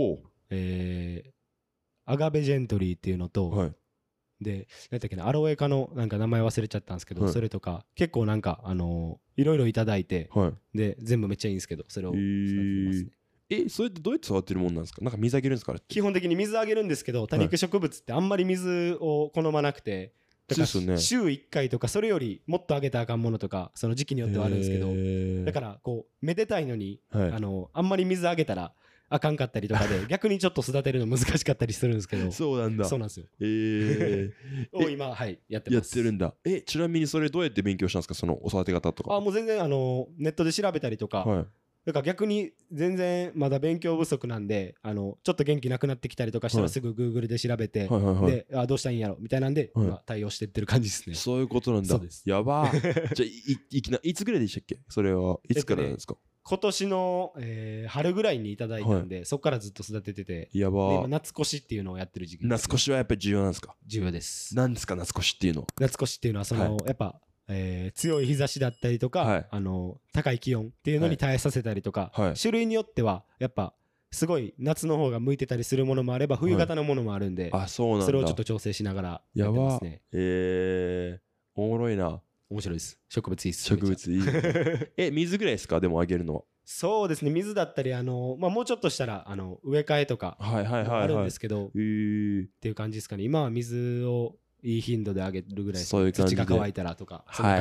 アガベジェントリーっていうのと、で何だっけな、アロエ科のなんか名前忘れちゃったんですけど、それとか結構なんかいろいろいただいて、で全部めっちゃいいんですけど、それを育ててますね。 それってどうやって育てるもんなんですか？なんか水あげるんですか？ 基本的に水あげるんですけど、多肉植物ってあんまり水を好まなくて、だから週1回とかそれよりもっとあげたらあかんものとかその時期によってはあるんですけど、だからこうめでたいのに、あんまり水あげたらあかんかったりとかで逆にちょっと育てるの難しかったりするんですけど。 そうなんだ。 そうなんですよ。を今やってます。 やってるんだ。ちなみにそれどうやって勉強したんですか？そのお育て方とか。 もう全然ネットで調べたりとか、だから逆に全然まだ勉強不足なんで、ちょっと元気なくなってきたりとかしたらすぐ Google で調べて、でどうしたらいいんやろみたいなんで今対応してってる感じですね。 そういうことなんだ。やばー。じゃあいつぐらいでしたっけ？それはいつからなんですか？ 今年の、春ぐらいにいただいたんで、そこからずっと育ててて、 やばー。 今夏越しっていうのをやってる時期です、ね。 夏越しはやっぱり重要なんですか？ 重要です。 何ですか夏越しっていうの？ 夏越しっていうのはやっぱ強い日差しだったりとか、高い気温っていうのに耐えさせたりとか、種類によってはやっぱすごい夏の方が向いてたりするものもあれば冬型のものもあるんで、それをちょっと調整しながらやってますね。 おもろいな。 面白いです。植物いいっす。 植物いい。水ぐらいですか？でもあげるのは。 そうですね、水だったりもうちょっとしたら植え替えとかあるんですけどっていう感じですかね。今は水をいい頻度であげるぐらいです。そういう感じで土が乾いたらとか。ち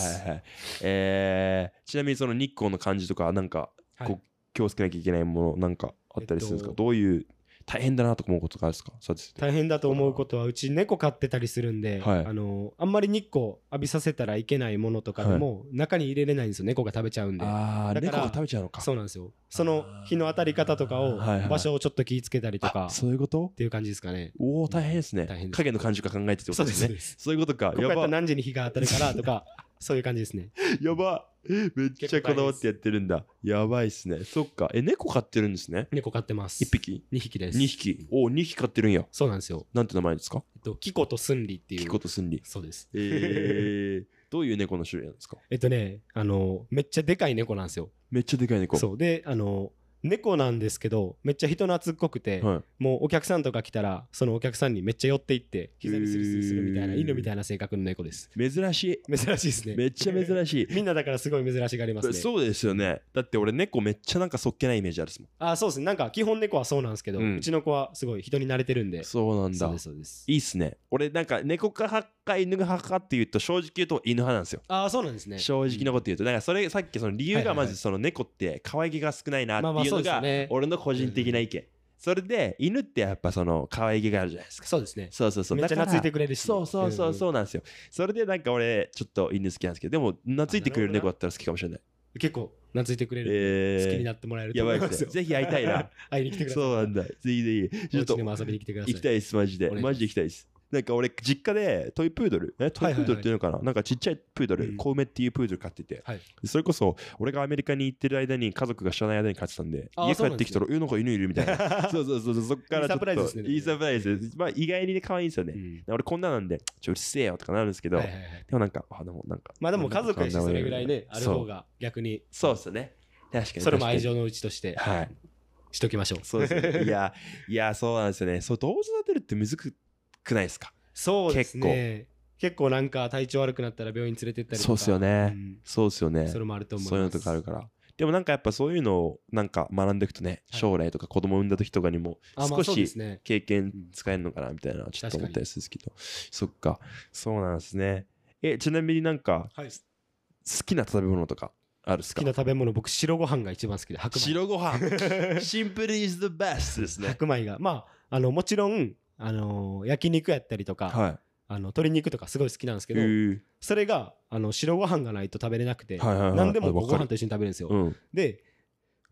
なみにその日光の感じとかなんかこう気をつけなきゃいけないものなんかあったりするんですか？どういう大変だなと思うことがあるんですか？ 大変だと思うことは、うち猫飼ってたりするんで、あんまり日光浴びさせたらいけないものとかでも中に入れれないんですよ。猫が食べちゃうんで。 猫が食べちゃうのか。 そうなんですよ。その日の当たり方とかを場所をちょっと気をつけたりとか、 そういうことっていう感じですかね。 大変ですね。影の感じとか考えてってことですね。そういうことか。 ここやったら何時に日が当たるからとかそういう感じですね。 やば、めっちゃこだわってやってるんだ。やばいっすね。そっか。猫飼ってるんですね。 猫飼ってます。 1匹 ？2匹です。 2匹。2匹飼ってるんや。 そうなんですよ。 なんて名前ですか？ キコとスンリっていう。 キコとスンリ。 そうです。 どういう猫の種類なんですか？ めっちゃでかい猫なんですよ。 めっちゃでかい猫。 そうで猫なんですけどめっちゃ人懐っこくて、もうお客さんとか来たらそのお客さんにめっちゃ寄っていって膝にスリスリするみたいな犬みたいな性格の猫です。 珍しいですね。 めっちゃ珍しい。 みんなだからすごい珍しがりますね。 そうですよね。だって俺猫めっちゃなんかそっけないイメージあるっすもん。 そうですね。なんか基本猫はそうなんですけど、うちの子はすごい人に慣れてるんで。 そうなんだ。 そうです。 いいっすね。俺なんか猫か派か犬派かっていうと正直言うと犬派なんですよ。 そうなんですね。 正直なこと言うとだからそれさっきその理由がまずその猫って可愛げが少ないなっていうのが俺の個人的な意見。それで犬ってやっぱその可愛げがあるじゃないですか。 そうですね。 そうめっちゃ懐いてくれるし。 そうなんですよ。それでなんか俺ちょっと犬好きなんですけど、でも懐いてくれる猫だったら好きかもしれない。 結構懐いてくれる、好きになってもらえると思いますよ。 ぜひ会いたいな。 会いに来てください。 そうなんだ。ぜひぜひちょっと遊びに来てください。 行きたいです。マジで行きたいです。なんか俺実家でトイプードルトイプードルっていうのかな、なんかちっちゃいプードル、コウメっていうプードル飼ってて、それこそ俺がアメリカに行ってる間に家族が知らない間に飼ってたんで、家帰ってきたらなんか犬いるみたいな。そうそっからちょっといいサプライズですね。まあ意外にね可愛いんですよね。俺こんななんでうるせえよとかなるんですけど、でもなんかまあでも家族やしそれぐらいねある方が逆にそうですね。確かにそれも愛情のうちとしてしときましょう。 そうですね。いやそうなんですよね。そう動物育てるって難くないですか？ そうですね。結構なんか体調悪くなったら病院連れてったりとか。 そうですよね。そうですよね。 それもあると思います。 そういうのとかあるから。でもなんかやっぱそういうのをなんか学んでいくとね、将来とか子供産んだ時とかにも少し経験使えるのかなみたいなちょっと思ったりするんですけど。そっか。そうなんですね。ちなみになんか好きな食べ物とかあるっすか？ 好きな食べ物、僕白ご飯が一番好きで、白米。 白ご飯シンプル is the best ですね。 白米がまあもちろん焼肉やったりとか、鶏肉とかすごい好きなんですけど、それが白ご飯がないと食べれなくて、何でもご飯と一緒に食べるんですよ。で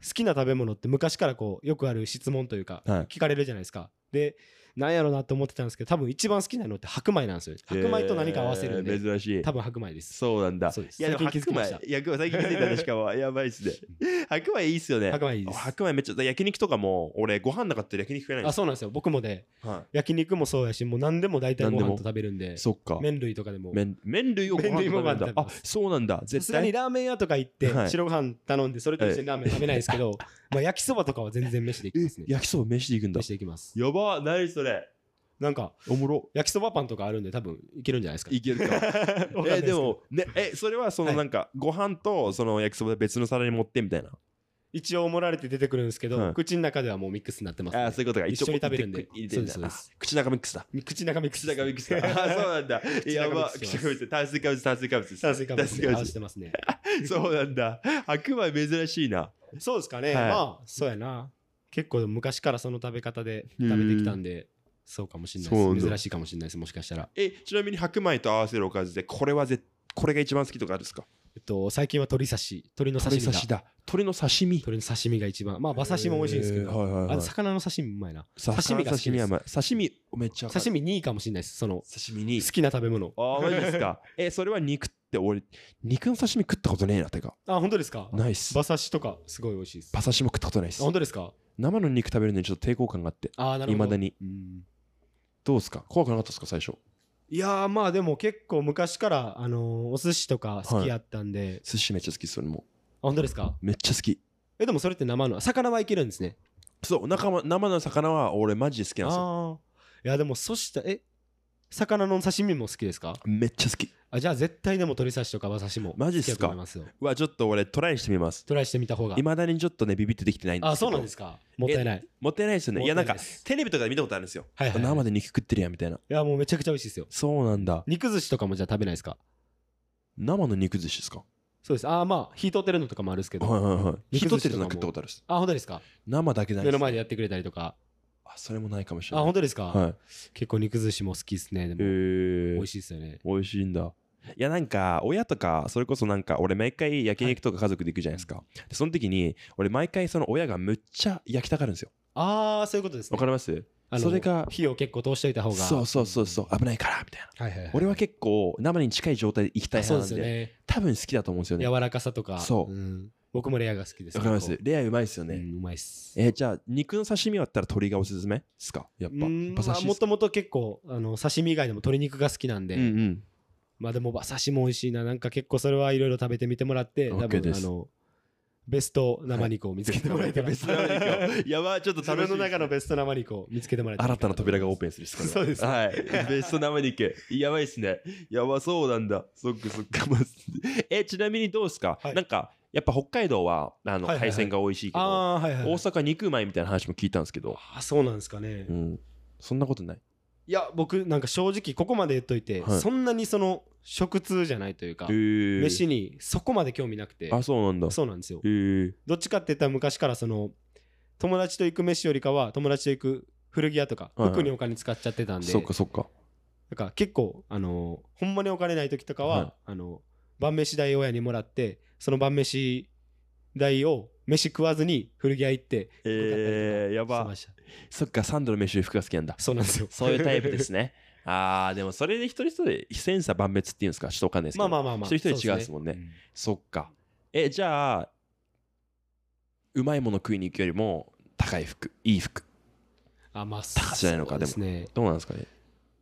きな食べ物って昔からこうよくある質問というか聞かれるじゃないですか。でなんやろうなと思ってたんですけど、多分一番好きなのって白米なんですよ。白米と何か合わせるんで、 珍しい。 多分白米です。 そうなんだ。 いやでも白米、 最近気づいたね。しかもやばいっすね。白米いいっすよね。 白米いいです。 白米めっちゃ、焼肉とかも俺ご飯なかったら焼肉食えないんです。 あ、そうなんですよ。僕もで、焼肉もそうやし、もう何でも大体ご飯と食べるんで。 そっか。 麺類とかでも。 麺類をご飯と食べるんだ。あ、そうなんだ。 さすがにラーメン屋とか行って白ご飯頼んでそれと一緒にラーメン食べないですけど、まあ焼きそばとかは全然飯でいきますね。 焼きそば飯でいくんだ。 飯でいきます。 やば、何それ。 なんかおもろ焼きそばパンとかあるんで多分いけるんじゃないですか。 いけるか。でもね、それはそのなんかご飯とその焼きそばで別の皿に盛ってみたいな。 一応盛られて出てくるんですけど、口の中ではもうミックスになってます。 ああ、そういうことが一緒に食べるんで。 そうです。口の中ミックスだ。 口の中ミックス。 口の中ミックスだ。ああ、そうなんだ。やば。口の中ミックス。炭水化物。炭水化物。 合わせてますね。 そうなんだ。白米珍しいな。 そうですかね。まあそうやな。結構昔からその食べ方で食べてきたんで。そうかもしれないです。珍しいかもしれないです。もしかしたら。 ちなみに白米と合わせるおかずでこれが一番好きとかあるんですか？ 最近は鶏の刺身だ。 鶏の刺身が一番。まあ馬刺しも美味しいんですけど、あと魚の刺身うまいな。刺身が好きです。 刺身めっちゃ刺身2位かもしれないです。その刺身2位好きな食べ物。 ああマジですか。それは肉って俺肉の刺身食ったことねえなてか。 あ、本当ですか？ ナイス。 馬刺しとかすごい美味しいです。 馬刺しも食ったことないです。 本当ですか？ 生の肉食べるのにちょっと抵抗感があって。 ああ、なるほど。 未だに。どうですか？怖くなかったですか最初？ いやーまあでも結構昔からお寿司とか好きやったんで、 寿司めっちゃ好きです。それも。 あ、本当ですか？ めっちゃ好き。 でもそれって生の魚はいけるんですね。 そう生の魚は俺マジで好きなんですよ。 いやでもそした魚の刺身も好きですか？ めっちゃ好き。 じゃあ絶対でも鶏刺しとか馬刺しもマジっすか？ちょっと俺トライしてみます。 トライしてみた方が。 いまだにちょっとねビビってできてないんですけど。 あ、そうなんですか？もったいない。 もったいないですよね。いやなんかテレビとかで見たことあるんですよ。生で肉食ってるやんみたいな。いやもうめちゃくちゃ美味しいですよ。 そうなんだ。 肉寿司とかもじゃあ食べないですか？ 生の肉寿司ですか？ そうです。まあ火通ってるのとかもあるんですけど。 火通ってるの食ったことあるです。 あ、本当ですか？ 生だけない。 目の前でやってくれたりとか。 それもないかもしれない。 あ、本当ですか？結構肉寿司も好きですね。でも美味しいですよね。 美味しいんだ。いやなんか親とかそれこそなんか俺毎回焼肉とか家族で行くじゃないですか。でその時に俺毎回その親がむっちゃ焼きたがるんですよ。 ああ、そういうことですね。 わかります？それが火を結構通しといた方が。 そう危ないからみたいな。俺は結構生に近い状態で行きたい派なんで、多分好きだと思うんですよね。 柔らかさとか。そう。僕もレアが好きです。 わかります。レアうまいですよね。 うまいっす。 じゃあ肉の刺身はあったら鶏がおすすめですか？やっぱ。 もともと結構刺身以外でも鶏肉が好きなんで。まあでも馬刺しも美味しいな。なんか結構それはいろいろ食べてみてもらって、多分ベスト生肉を見つけてもらいたい。ベスト生肉を。やばい、ちょっと自分の中のベスト生肉を見つけてもらいたい。 新たな扉がオープンする。 そうです。 はい。ベスト生肉。やばいっすね。やばそうなんだ。そっか。ちなみにどうですか？なんか、やっぱ北海道は海鮮が美味しいけど、大阪肉うまいみたいな話も聞いたんですけど。 あ、そうなんですかね。 そんなことない？ いや僕なんか正直ここまで言っといて、そんなにその食通じゃないというか、飯にそこまで興味なくて。 あ、そうなんだ。 そうなんですよ。どっちかって言ったら昔からその友達と行く飯よりかは友達と行く古着屋とか服にお金使っちゃってたんで。 そっか。 だから結構ほんまにお金ない時とかは晩飯代親にもらって、その晩飯代を飯食わずに古着屋行ってやば。そっか、サンドの飯より服が好きなんだ。 そうなんですよ。 そういうタイプですね。でもそれで一人一人で千差万別っていうんですか？ちょっとわかんないですけど。まあ一人一人違うですもんね。そっか。じゃあうまいもの食いに行くよりも高い服、いい服。 まあ高じゃないのか。でもどうなんですかね。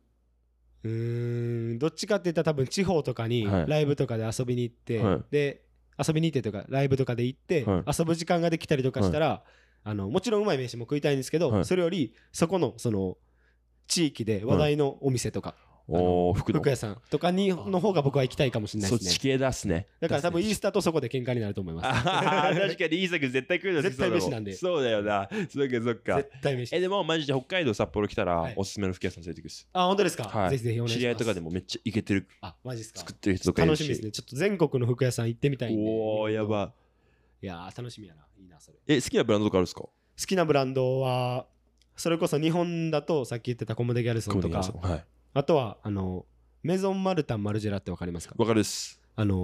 どっちかって言ったら多分地方とかにライブとかで遊びに行って、で遊びに行ってとかライブとかで行って遊ぶ時間ができたりとかしたら、もちろんうまい飯も食いたいんですけど、それよりそこのその地域で話題のお店とか、服屋さんとかの方が僕は行きたいかもしれないですね。 そっち系出すね。 だから多分イースターとそこで喧嘩になると思います。 確かにイースター絶対来るの絶対飯なんで。 そうだよな。そっか。 絶対飯。 でもマジで北海道札幌来たらおすすめの服屋さん連れてくるっす。 本当ですか？ぜひぜひお願いします。 知り合いとかでもめっちゃイケてる。 マジですか？ 作ってる人とかいるし。 楽しみですね。ちょっと全国の服屋さん行ってみたいんで。 やば。 いや楽しみやな。いいなそれ。 好きなブランドとかあるんですか？ 好きなブランドはそれこそ日本だとさっき言ってたコモデ・ギャルソンとか、あとはメゾン・マルタン・マルジェラってわかりますか？ わかるです。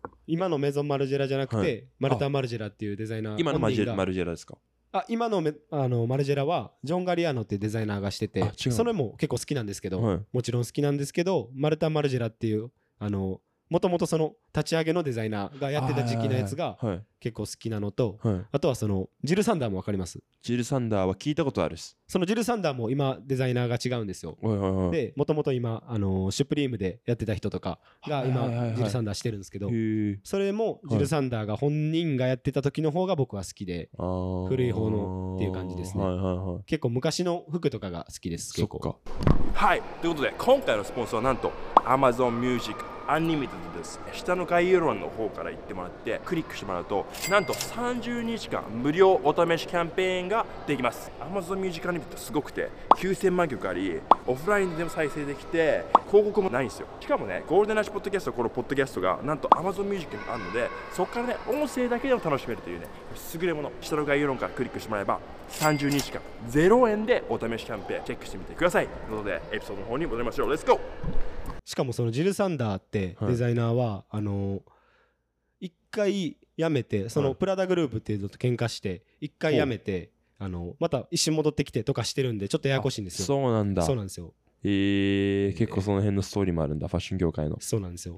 今のメゾンマルジェラじゃなくて、マルタ・マルジェラっていうデザイナー。 今のマルジェラですか？ 今のマルジェラはジョン・ガリアーノっていうデザイナーがしてて、それも結構好きなんですけど、もちろん好きなんですけど、マルタ・マルジェラっていうもともとその立ち上げのデザイナーがやってた時期のやつが結構好きなのと、あとはそのジル・サンダーも分かります？ ジル・サンダーは聞いたことあるっす。 そのジル・サンダーも今デザイナーが違うんですよ。でもともと今シュプリームでやってた人とかが今ジル・サンダーしてるんですけど、それもジル・サンダーが本人がやってた時の方が僕は好きで、古い方のっていう感じですね。結構昔の服とかが好きです。結構。 はい、ということで今回のスポンサーはなんと Amazon Music Unlimited です。下の概要欄の方から行ってもらってクリックしてもらうと、なんと30日間無料お試しキャンペーンができます。 Amazon Music Unlimited すごくて9000万曲あり、オフラインでも再生できて広告もないんですよ。しかもね、ゴールデンラッシュポッドキャスト、このポッドキャストがなんと Amazon Music にあるので、そこからね音声だけでも楽しめるというね優れもの。下の概要欄からクリックしてもらえば30日間0円でお試しキャンペーンチェックしてみてください。ということでエピソードの方に戻りましょう。レッツゴー。 しかもそのジル・サンダーってデザイナーは一回辞めて、そのプラダグループっていうのと喧嘩して一回辞めてまた一瞬戻ってきてとかしてるんで、ちょっとややこしいんですよ。 そうなんだ。 そうなんですよ。 結構その辺のストーリーもあるんだ、ファッション業界の。 そうなんですよ。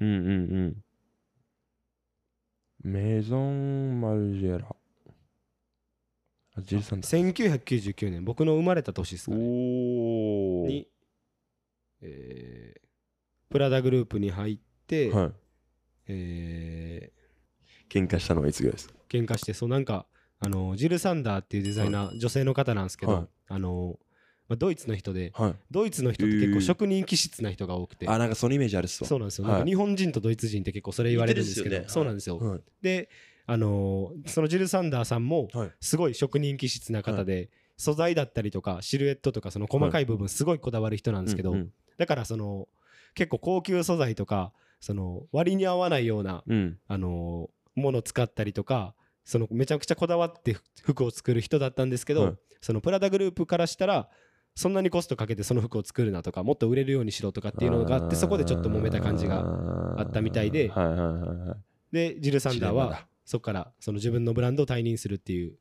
メゾンマルジェラ、ジルさんだ。 1999年、僕の生まれた年ですかね。にプラダグループに入って、 喧嘩したのはいつぐらいですか？ 喧嘩して、そうなんかジル・サンダーっていうデザイナー、女性の方なんですけど、ドイツの人で、ドイツの人って結構職人気質な人が多くて、 なんかそのイメージあるっすわ。 そうなんですよ。なんか日本人とドイツ人って結構それ言われるんですけど、そうなんですよ。でそのジル・サンダーさんもすごい職人気質な方で、素材だったりとかシルエットとかその細かい部分すごいこだわる人なんですけど、だからその結構高級素材とかその割に合わないようなもの使ったりとか、そのめちゃくちゃこだわって服を作る人だったんですけど、そのプラダグループからしたらそんなにコストかけてその服を作るなとか、もっと売れるようにしろとかっていうのがあって、そこでちょっと揉めた感じがあったみたいで、でジル・サンダーはそこからその自分のブランドを退任するっていう。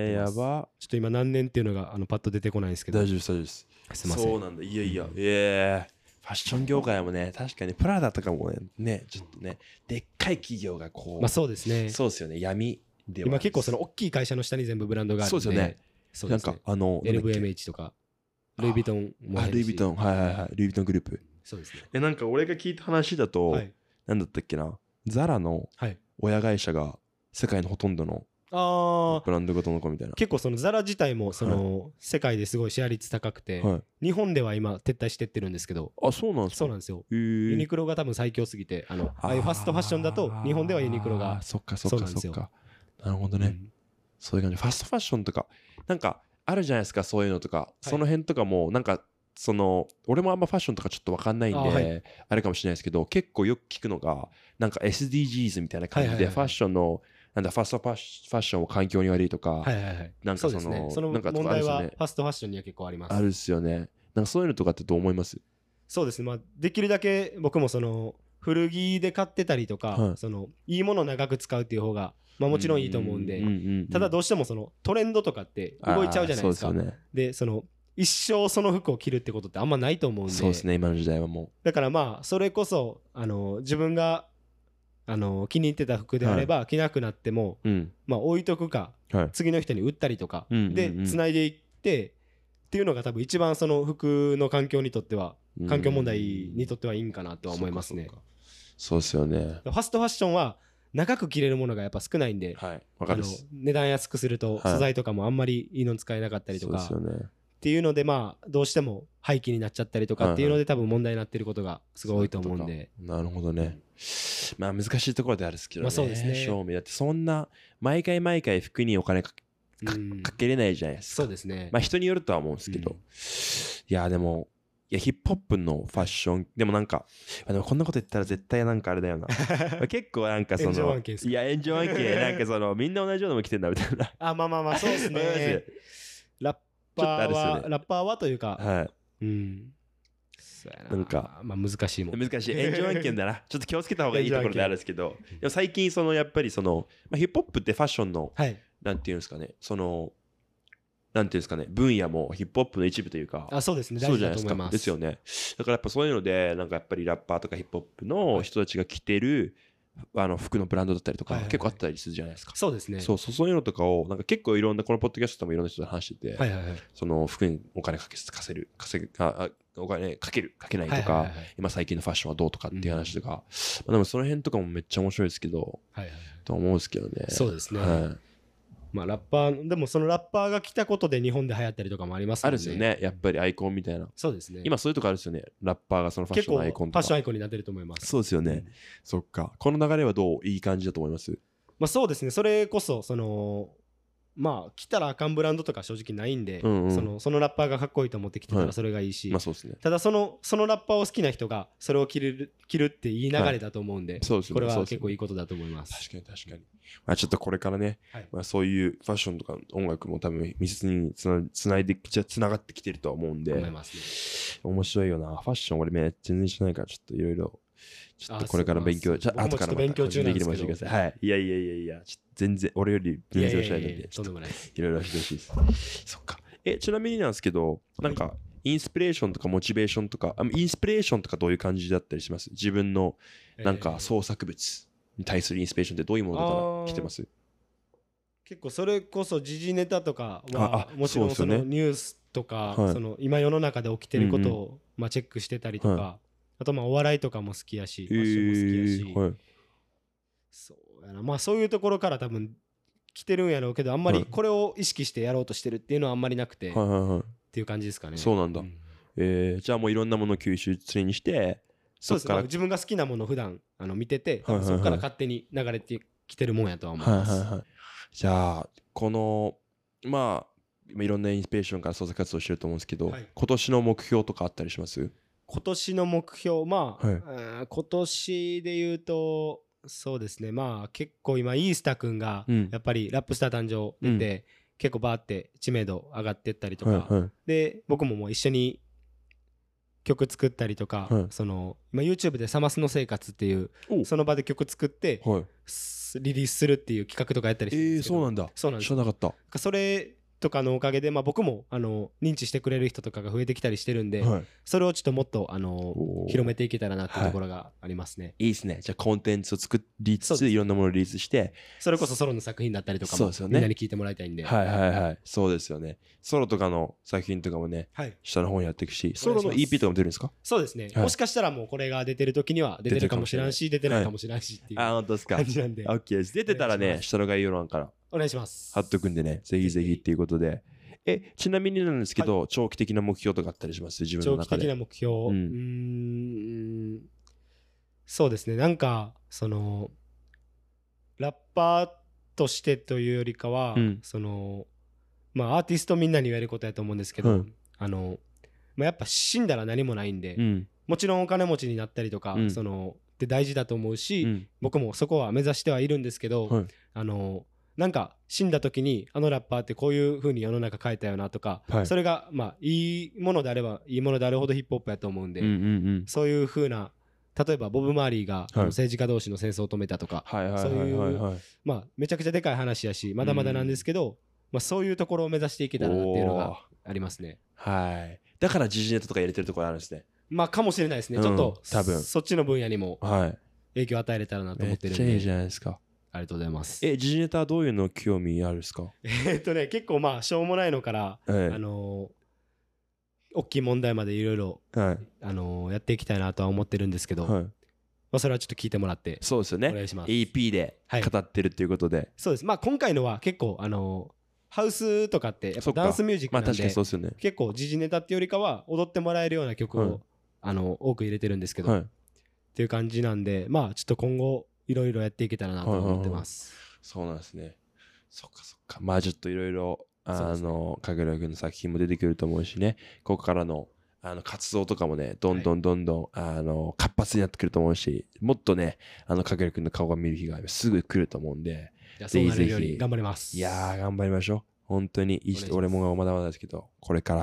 やば。 ちょっと今何年っていうのがパッと出てこないんですけど。 大丈夫です、大丈夫です。 すいません。 そうなんだ。いやいや、ファッション業界もね、確かにプラダとかもね、ちょっとね、でっかい企業がこう、 まあそうですね。 そうですよね、闇では。 今結構その大きい会社の下に全部ブランドがあるんで。 そうですよね。 そうですね。 なんか LVMH とかルイ・ヴィトンもあるし。 ルイ・ヴィトン、ルイ・ヴィトングループ。 そうですね。 なんか俺が聞いた話だと、なんだったっけな、ザラの親会社が世界のほとんどのブランドがどの子みたいな。 結構そのザラ自体もその世界ですごいシェア率高くて、日本では今撤退してってるんですけど。 あ、そうなんですか？ そうなんですよ。ユニクロが多分最強すぎて、ああいうファストファッションだと日本ではユニクロが。 そっかそっかそっか。なるほどね。そういう感じ。ファストファッションとかなんかあるじゃないですか、そういうのとか。その辺とかもなんかその俺もあんまファッションとかちょっと分かんないんであれかもしれないですけど、結構よく聞くのがなんか SDGs みたいな感じでファッションのなんだファストファッションは環境に悪いとか、なんかその問題はファストファッションには結構あります。 あるっすよね。なんかそういうのとかってどう思います？ そうですね。まあできるだけ僕もその古着で買ってたりとか、そのいいものを長く使うっていう方がまあもちろんいいと思うんで、ただどうしてもそのトレンドとかって動いちゃうじゃないですか。でその一生その服を着るってことってあんまないと思うんで。 そうですね、今の時代はもう。 だからまあそれこそ自分が気に入ってた服であれば着なくなっても、まあ置いとくか、次の人に売ったりとかでつないでいってっていうのが多分一番その服の環境にとっては、環境問題にとってはいいんかなとは思いますね。 そうですよね。 ファストファッションは長く着れるものがやっぱ少ないんで、値段安くすると素材とかもあんまりいいの使えなかったりとかっていうので、まあどうしても廃棄になっちゃったりとかっていうので多分問題になってることがすごい多いと思うんで。 なるほどね。まあ難しいところであるんですけどね。 そうですね。 正味だってそんな毎回服にお金かけれないじゃないですか。 そうですね。 まあ人によるとは思うんですけど、いやでもヒップホップのファッションでもなんかでもこんなこと言ったら絶対なんかあれだよな結構なんかその炎上案件なんかそのみんな同じようなのも着てんだみたいなまあそうですねラッパーはというか、 そうやな。 なんかまあ難しいもん。 難しい。炎上案件だな。ちょっと気をつけた方がいいところであるんですけど、でも最近そのやっぱりその、まあ、ヒップホップってファッションの、 はい、 なんていうんですかね、その、なんていうんですかね、分野もヒップホップの一部というか、 そうですね、 そうじゃないですか。 大事だと思います。 ですよね。だからやっぱそういうので、なんかやっぱりラッパーとかヒップホップの人たちが着てる、服のブランドだったりとか、結構あったりするじゃないですか。 そうですね。 そういうのとかを、なんか結構いろんな、このポッドキャストでもいろんな人と話してて、その服にお金お金かける、かけないとか、今最近のファッションはどうとかっていう話とか、でもその辺とかもめっちゃ面白いですけど、と思うんですけどね。 そうですね。まあラッパー、でもそのラッパーが来たことで日本で流行ったりとかもありますもんね。 あるですよね。やっぱりアイコンみたいな。 そうですね。 今そういうとこあるですよね。ラッパーがそのファッションのアイコンとか。 ファッションアイコンになってると思います。 そうですよね。そっか。この流れはどういい感じだと思います？ まあそうですね。それこそ、その、まあ来たらあかんブランドとか正直ないんで、そのラッパーがかっこいいと思って来てたらそれがいいし、ただそのラッパーを好きな人がそれを着るっていい流れだと思うんで、これは結構いいことだと思います。 確かに。まあちょっとこれからね、まあそういうファッションとか音楽も多分密接につながってきてるとは思うんで、面白いよな。ファッション俺全然知らないからちょっといろいろ。ちょっとこれから勉強、後からまた勉強中なんですけど。 はい。いや、全然、俺より全然おしゃれなんで、 とんでもない。 いろいろ教えてほしいです。そっか。ちなみになんですけど、なんか、インスピレーションとかモチベーションとか、インスピレーションとかどういう感じだったりします？自分の、なんか、創作物に対するインスピレーションってどういうものから来てます？ 結構それこそ時事ネタとかは、もちろんそのニュースとか、その今世の中で起きてることをまあチェックしてたりとか、あとまあお笑いとかも好きやし、ファッションも好きやし、そうやな、まあそういうところから多分来てるんやろうけど、あんまりこれを意識してやろうとしてるっていうのはあんまりなくて、っていう感じですかね。 そうなんだ。じゃあもういろんなものを吸収にして、 そうですね。自分が好きなものを普段見てて、そこから勝手に流れてきてるもんやとは思います。 じゃあこのまあいろんなインスピレーションから創作活動してると思うんですけど、今年の目標とかあったりします？ 今年の目標、まあ、今年で言うと、そうですね、まあ結構今、イースタ君がやっぱりラップスター誕生出て、結構バーって知名度上がってったりとか、で、僕ももう一緒に曲作ったりとか、その今 YouTube でサマスの生活っていうその場で曲作ってリリースするっていう企画とかやったりしてるんですけど、 そうなんだ。知らなかった。 それとかのおかげで、まあ、僕も認知してくれる人とかが増えてきたりしてるんで、それをちょっともっと広めていけたらなっていうところがありますね。 いいですね。じゃあコンテンツを作りつついろんなものをリリースして、 それこそソロの作品だったりとかもみんなに聞いてもらいたいんで。 そうですよね。ソロとかの作品とかもね、下の方にやっていくし、ソロの EP とかも出るんですか？ そうですね。もしかしたらもうこれが出てる時には出てるかもしれないし、出てないかもしれないしっていう感じなんで。 OK です。出てたらね、下の概要欄からお願いします。 貼っとくんでね、ぜひぜひっていうことで。ちなみになんですけど、長期的な目標とかあったりします？自分の中で。 長期的な目標、そうですね。なんかそのラッパーとしてというよりかは、そのまあアーティストみんなに言われることやと思うんですけど、まあ、やっぱ死んだら何もないんで、もちろんお金持ちになったりとか、そのって大事だと思うし、僕もそこは目指してはいるんですけど、なんか死んだ時にラッパーってこういう風に世の中変えたよなとか、それがまあいいものであればいいものであるほどヒップホップやと思うんで、そういう風な、例えばボブ・マーリーが政治家同士の戦争を止めたとか、そういうまあめちゃくちゃでかい話やし、まだまだなんですけど、まあそういうところを目指していけたらなっていうのがありますね。 だから時事ネタとか入れてるところあるんですね。 まあかもしれないですね。ちょっと多分そっちの分野にも影響を与えれたらなと思ってるんで。 めっちゃいいじゃないですか。 ありがとうございます。 時事ネタはどういうの興味あるんですか？ 結構まあしょうもないのから、大きい問題までいろいろやっていきたいなとは思ってるんですけど、まあそれはちょっと聞いてもらって、 そうですよね。 お願いします。 EP で語ってるっていうことで、 そうです。まあ今回のは結構ハウスとかってやっぱダンスミュージックなんで、 確かにそうですよね。 結構時事ネタっていうよりかは踊ってもらえるような曲を多く入れてるんですけど、っていう感じなんで、まあちょっと今後いろいろやっていけたらなと思ってます。 そうなんですね。そっか。まあちょっといろいろかぐら君の作品も出てくると思うしね、ここからの活動とかもね、どんどん活発になってくると思うし、もっとねかぐら君の顔が見る日がすぐ来ると思うんで、 ぜひぜひ頑張ります。 いやー頑張りましょう。本当に俺もまだまだですけど、これから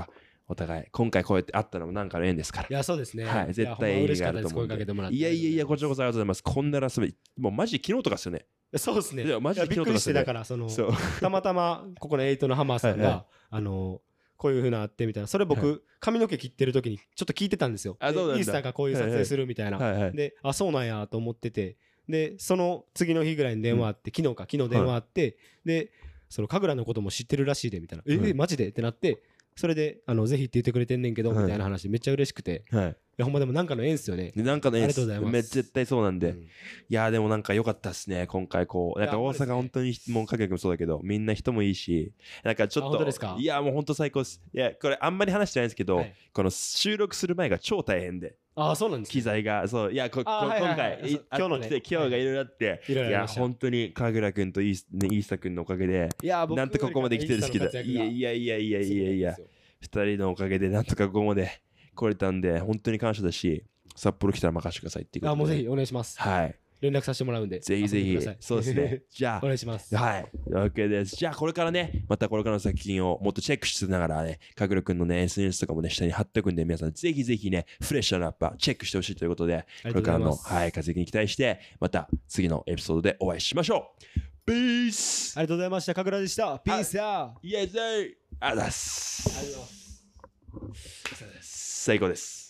お互い今回こうやって会ったのもなんかの縁ですから。 いやそうですね。 はい、絶対意味があると思う。いやいやいや、こちらこそありがとうございます。こんなラスベもうマジ昨日とかですよね。 そうですね。 マジでびっくりして、だからたまたまここのエイトのハマーさんがこういう風なあってみたいな、それ僕髪の毛切ってる時にちょっと聞いてたんですよ。イースターがこういう撮影するみたいな。で、あ、そうなんやと思ってて、でその次の日ぐらいに電話あって、昨日電話あって、でその神楽のことも知ってるらしいでみたいな、マジでってなって、それでぜひって言ってくれてんねんけどみたいな話でめっちゃ嬉しくて、いやほんまでもなんかの縁っすよね。 なんかの縁っす。絶対そうなんで、 うん、 いやでもなんか良かったっすね今回。こうなんか大阪本当にもうかけくもそうだけど、みんな人もいいし、なんかちょっといやもう本当最高っす。いやこれあんまり話してないんですけど、はい、この収録する前が超大変で。 あ、そうなんです、ね、 機材がそういや今回今日がいろいろあって、いや本当に神楽くんとイースタくんのおかげでなんとここまで来てるんですけど、いや2人のおかげでなんとかここまで来れたんで本当に感謝だし、札幌来たら任せてくださいっていうことで。 もうぜひお願いします。 はい、 連絡させてもらうんで、 ぜひぜひ。そうですね。じゃあお願いします。 はい、OK です。じゃあこれからね、またこれからの作品をもっとチェックしながらね、かぐるくんのね SNS とかもね下に貼っておくんで、皆さんぜひぜひねフレッシュなラッパーチェックしてほしいということで、これからの活躍に期待して、また次のエピソードでお会いしましょう。ピース。 ありがとうございました。かぐらでした。ピースや。 イエーイ。ありがとうございます。最高です。